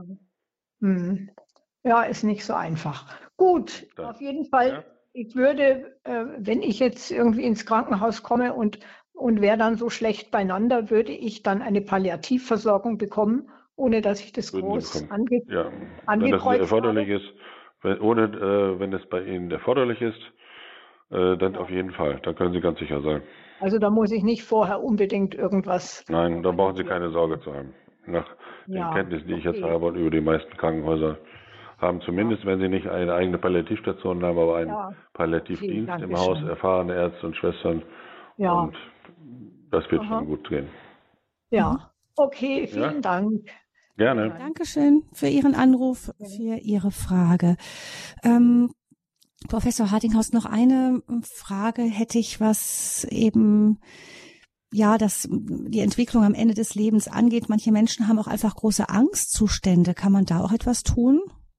[SPEAKER 9] Hm. ja, ist nicht so einfach. Gut, Dann. auf jeden Fall, ja. ich würde, äh, wenn ich jetzt irgendwie ins Krankenhaus komme und, und wäre dann so schlecht beieinander, würde ich dann eine Palliativversorgung bekommen, ohne dass ich das
[SPEAKER 2] Würden
[SPEAKER 9] groß ange
[SPEAKER 2] ja.
[SPEAKER 9] angekreuzt
[SPEAKER 2] Wenn das erforderlich
[SPEAKER 9] habe.
[SPEAKER 2] ist, wenn, ohne, äh, wenn es bei Ihnen erforderlich ist, äh, dann ja. auf jeden Fall. Da können Sie ganz sicher sein.
[SPEAKER 9] Also da muss ich nicht vorher unbedingt irgendwas...
[SPEAKER 2] Nein, da brauchen Sie keine Sorge zu haben. Nach ja, den Kenntnissen, die okay. ich jetzt habe und über die meisten Krankenhäuser haben, zumindest ja. wenn Sie nicht eine eigene Palliativstation haben, aber einen ja. Palliativdienst okay, im Haus, erfahrene Ärzte und Schwestern. Ja. Und das wird Aha. schon gut gehen.
[SPEAKER 9] Ja, okay, vielen ja? Dank.
[SPEAKER 2] Gerne.
[SPEAKER 1] Ja, Dankeschön für Ihren Anruf, für Ihre Frage. Ähm, Professor Hartinghaus, noch eine Frage hätte ich, was eben ja, dass die Entwicklung am Ende des Lebens angeht. Manche Menschen haben auch einfach große Angstzustände. Kann man da auch etwas tun?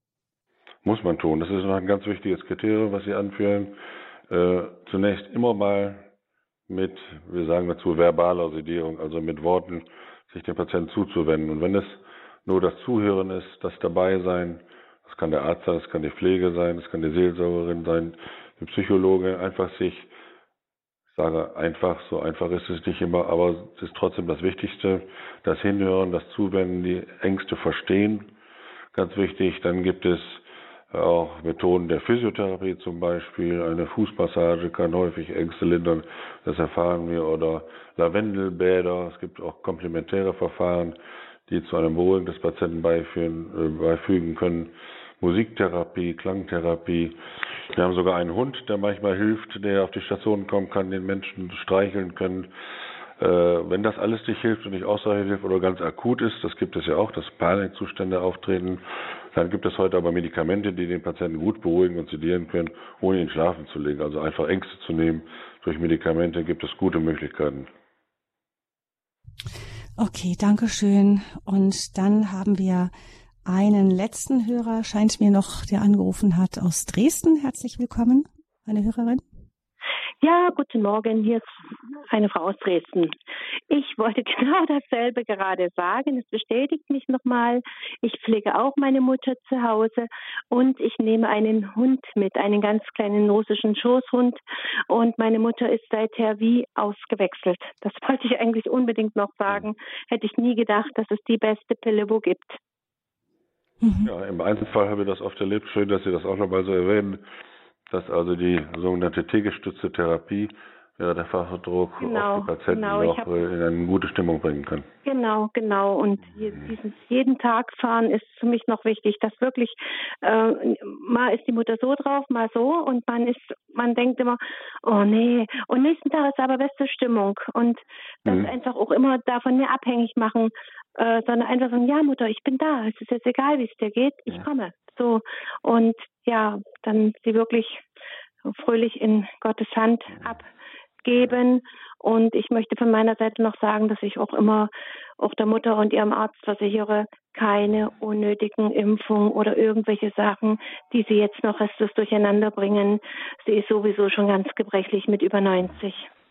[SPEAKER 2] Muss man tun. Das ist noch ein ganz wichtiges Kriterium, was Sie anführen. Äh, zunächst immer mal mit, wir sagen dazu, verbaler Sedierung, also mit Worten, sich dem Patienten zuzuwenden. Und wenn es nur das Zuhören ist, das Dabeisein, das kann der Arzt sein, das kann die Pflege sein, das kann die Seelsorgerin sein, die Psychologe, einfach sich, ich sage einfach, so einfach ist es nicht immer, aber es ist trotzdem das Wichtigste, das Hinhören, das Zuwenden, die Ängste verstehen, ganz wichtig. Dann gibt es auch Methoden der Physiotherapie zum Beispiel. Eine Fußmassage kann häufig Ängste lindern, das erfahren wir, oder Lavendelbäder. Es gibt auch komplementäre Verfahren, die zu einem Beruhigen des Patienten beiführen, äh, beifügen können. Musiktherapie, Klangtherapie. Wir haben sogar einen Hund, der manchmal hilft, der auf die Station kommen kann, den Menschen streicheln können. Äh, wenn das alles nicht hilft und nicht ausreichend hilft oder ganz akut ist, das gibt es ja auch, dass Panikzustände auftreten, dann gibt es heute aber Medikamente, die den Patienten gut beruhigen und sedieren können, ohne ihn schlafen zu legen. Also einfach Ängste zu nehmen. Durch Medikamente gibt es gute Möglichkeiten.
[SPEAKER 1] Okay, danke schön. Und dann haben wir einen letzten Hörer, scheint mir noch, der angerufen hat aus Dresden. Herzlich willkommen, eine Hörerin.
[SPEAKER 10] Ja, guten Morgen. Hier ist eine Frau aus Dresden. Ich wollte genau dasselbe gerade sagen. Es bestätigt mich nochmal. Ich pflege auch meine Mutter zu Hause und ich nehme einen Hund mit, einen ganz kleinen russischen Schoßhund. Und meine Mutter ist seither wie ausgewechselt. Das wollte ich eigentlich unbedingt noch sagen. Hätte ich nie gedacht, dass es die beste Pille wo gibt.
[SPEAKER 2] Ja, im Einzelfall habe ich das oft erlebt. Schön, dass Sie das auch nochmal so erwähnen, dass also die sogenannte T-gestützte Therapie, ja, der Fachdruck
[SPEAKER 10] genau,
[SPEAKER 2] auf die Patienten
[SPEAKER 10] genau.
[SPEAKER 2] noch
[SPEAKER 10] hab,
[SPEAKER 2] in eine gute Stimmung bringen kann.
[SPEAKER 10] Genau, genau. Und hier, dieses jeden Tag fahren ist für mich noch wichtig, dass wirklich äh, mal ist die Mutter so drauf, mal so und man ist, man denkt immer, oh nee, und nächsten Tag ist aber beste Stimmung und das mhm. einfach auch immer davon mehr abhängig machen, äh, sondern einfach sagen, ja Mutter, ich bin da, es ist jetzt egal, wie es dir geht, ich komme. So und ja, dann sie wirklich fröhlich in Gottes Hand abgeben. Und ich möchte von meiner Seite noch sagen, dass ich auch immer auch der Mutter und ihrem Arzt versichere, keine unnötigen Impfungen oder irgendwelche Sachen, die sie jetzt noch restlos durcheinander bringen. Sie ist sowieso schon ganz gebrechlich mit über neunzig.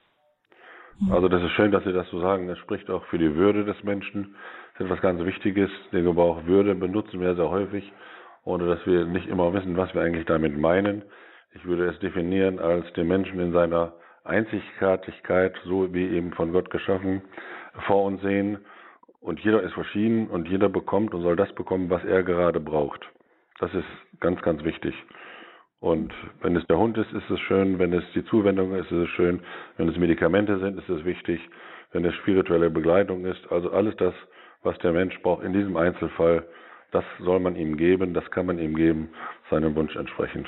[SPEAKER 2] Also das ist schön, dass Sie das so sagen. Das spricht auch für die Würde des Menschen. Das ist etwas ganz Wichtiges. Den Gebrauch Würde benutzen wir sehr häufig, ohne dass wir nicht immer wissen, was wir eigentlich damit meinen. Ich würde es definieren als den Menschen in seiner Einzigartigkeit, so wie eben von Gott geschaffen, vor uns sehen. Und jeder ist verschieden und jeder bekommt und soll das bekommen, was er gerade braucht. Das ist ganz, ganz wichtig. Und wenn es der Hund ist, ist es schön. Wenn es die Zuwendung ist, ist es schön. Wenn es Medikamente sind, ist es wichtig. Wenn es spirituelle Begleitung ist, also alles das, was der Mensch braucht in diesem Einzelfall, das soll man ihm geben, das kann man ihm geben, seinem Wunsch entsprechend.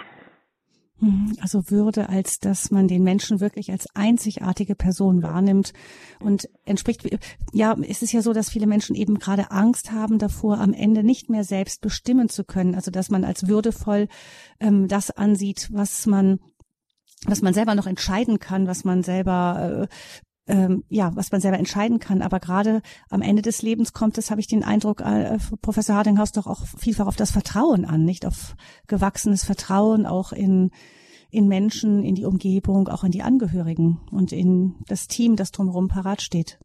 [SPEAKER 1] Also Würde, als dass man den Menschen wirklich als einzigartige Person wahrnimmt und entspricht, ja, es ist ja so, dass viele Menschen eben gerade Angst haben davor, am Ende nicht mehr selbst bestimmen zu können, also dass man als würdevoll ähm, das ansieht, was man, was man selber noch entscheiden kann, was man selber, äh, ähm, ja, was man selber entscheiden kann, aber gerade am Ende des Lebens kommt es, habe ich den Eindruck, äh, Professor Hardinghaus, doch auch vielfach auf das Vertrauen an, nicht auf gewachsenes Vertrauen, auch in in Menschen, in die Umgebung, auch in die Angehörigen und in das Team, das drumherum parat steht.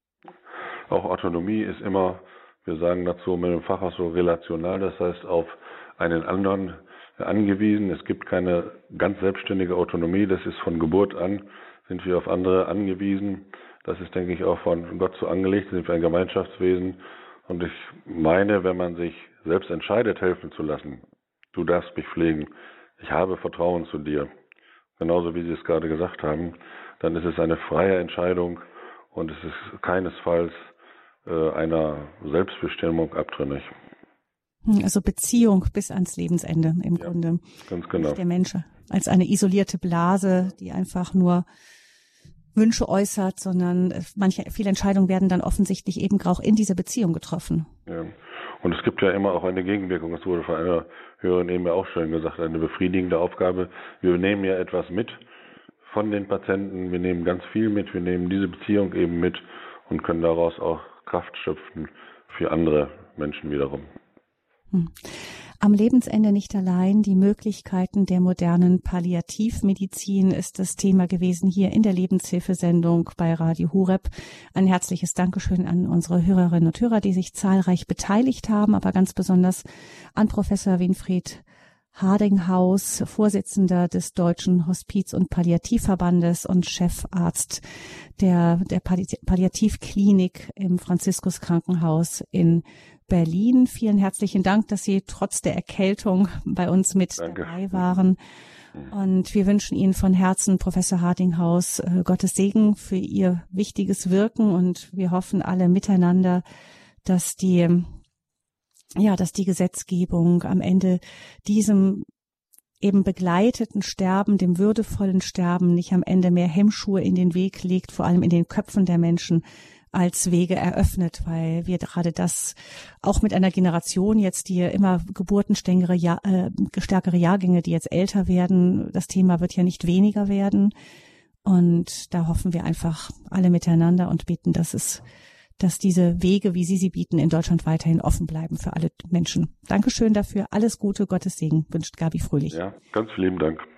[SPEAKER 2] Auch Autonomie ist immer, wir sagen dazu mit dem Fachhaus so relational, das heißt auf einen anderen angewiesen. Es gibt keine ganz selbstständige Autonomie, das ist von Geburt an, sind wir auf andere angewiesen. Das ist, denke ich, auch von Gott so angelegt, sind wir ein Gemeinschaftswesen. Und ich meine, wenn man sich selbst entscheidet, helfen zu lassen, du darfst mich pflegen, ich habe Vertrauen zu dir, genauso wie Sie es gerade gesagt haben, dann ist es eine freie Entscheidung und es ist keinesfalls äh, einer Selbstbestimmung abtrünnig.
[SPEAKER 1] Also Beziehung bis ans Lebensende im ja, Grunde.
[SPEAKER 2] Ganz genau.
[SPEAKER 1] Nicht der Mensch als eine isolierte Blase, die einfach nur Wünsche äußert, sondern manche, viele Entscheidungen werden dann offensichtlich eben auch in dieser Beziehung getroffen.
[SPEAKER 2] Ja. Und es gibt ja immer auch eine Gegenwirkung. Das wurde von einer Hörerin eben auch schon gesagt, eine befriedigende Aufgabe. Wir nehmen ja etwas mit von den Patienten. Wir nehmen ganz viel mit. Wir nehmen diese Beziehung eben mit und können daraus auch Kraft schöpfen für andere Menschen wiederum.
[SPEAKER 1] Hm. Am Lebensende nicht allein. Die Möglichkeiten der modernen Palliativmedizin ist das Thema gewesen hier in der Lebenshilfesendung bei Radio Horeb. Ein herzliches Dankeschön an unsere Hörerinnen und Hörer, die sich zahlreich beteiligt haben, aber ganz besonders an Professor Winfried Hardinghaus, Vorsitzender des Deutschen Hospiz- und Palliativverbandes und Chefarzt der, der Palliativklinik im Franziskus-Krankenhaus in Berlin. Vielen herzlichen Dank, dass Sie trotz der Erkältung bei uns mit Danke. dabei waren. Und wir wünschen Ihnen von Herzen, Professor Hardinghaus, äh, Gottes Segen für Ihr wichtiges Wirken. Und wir hoffen alle miteinander, dass die, ja, dass die Gesetzgebung am Ende diesem eben begleiteten Sterben, dem würdevollen Sterben nicht am Ende mehr Hemmschuhe in den Weg legt, vor allem in den Köpfen der Menschen, als Wege eröffnet, weil wir gerade das auch mit einer Generation jetzt, die immer geburtenstärkere Jahr, äh, stärkere Jahrgänge, die jetzt älter werden, das Thema wird ja nicht weniger werden. Und da hoffen wir einfach alle miteinander und beten, dass es, dass diese Wege, wie Sie sie bieten, in Deutschland weiterhin offen bleiben für alle Menschen. Dankeschön dafür. Alles Gute, Gottes Segen, wünscht Gabi Fröhlich.
[SPEAKER 2] Ja, ganz vielen Dank.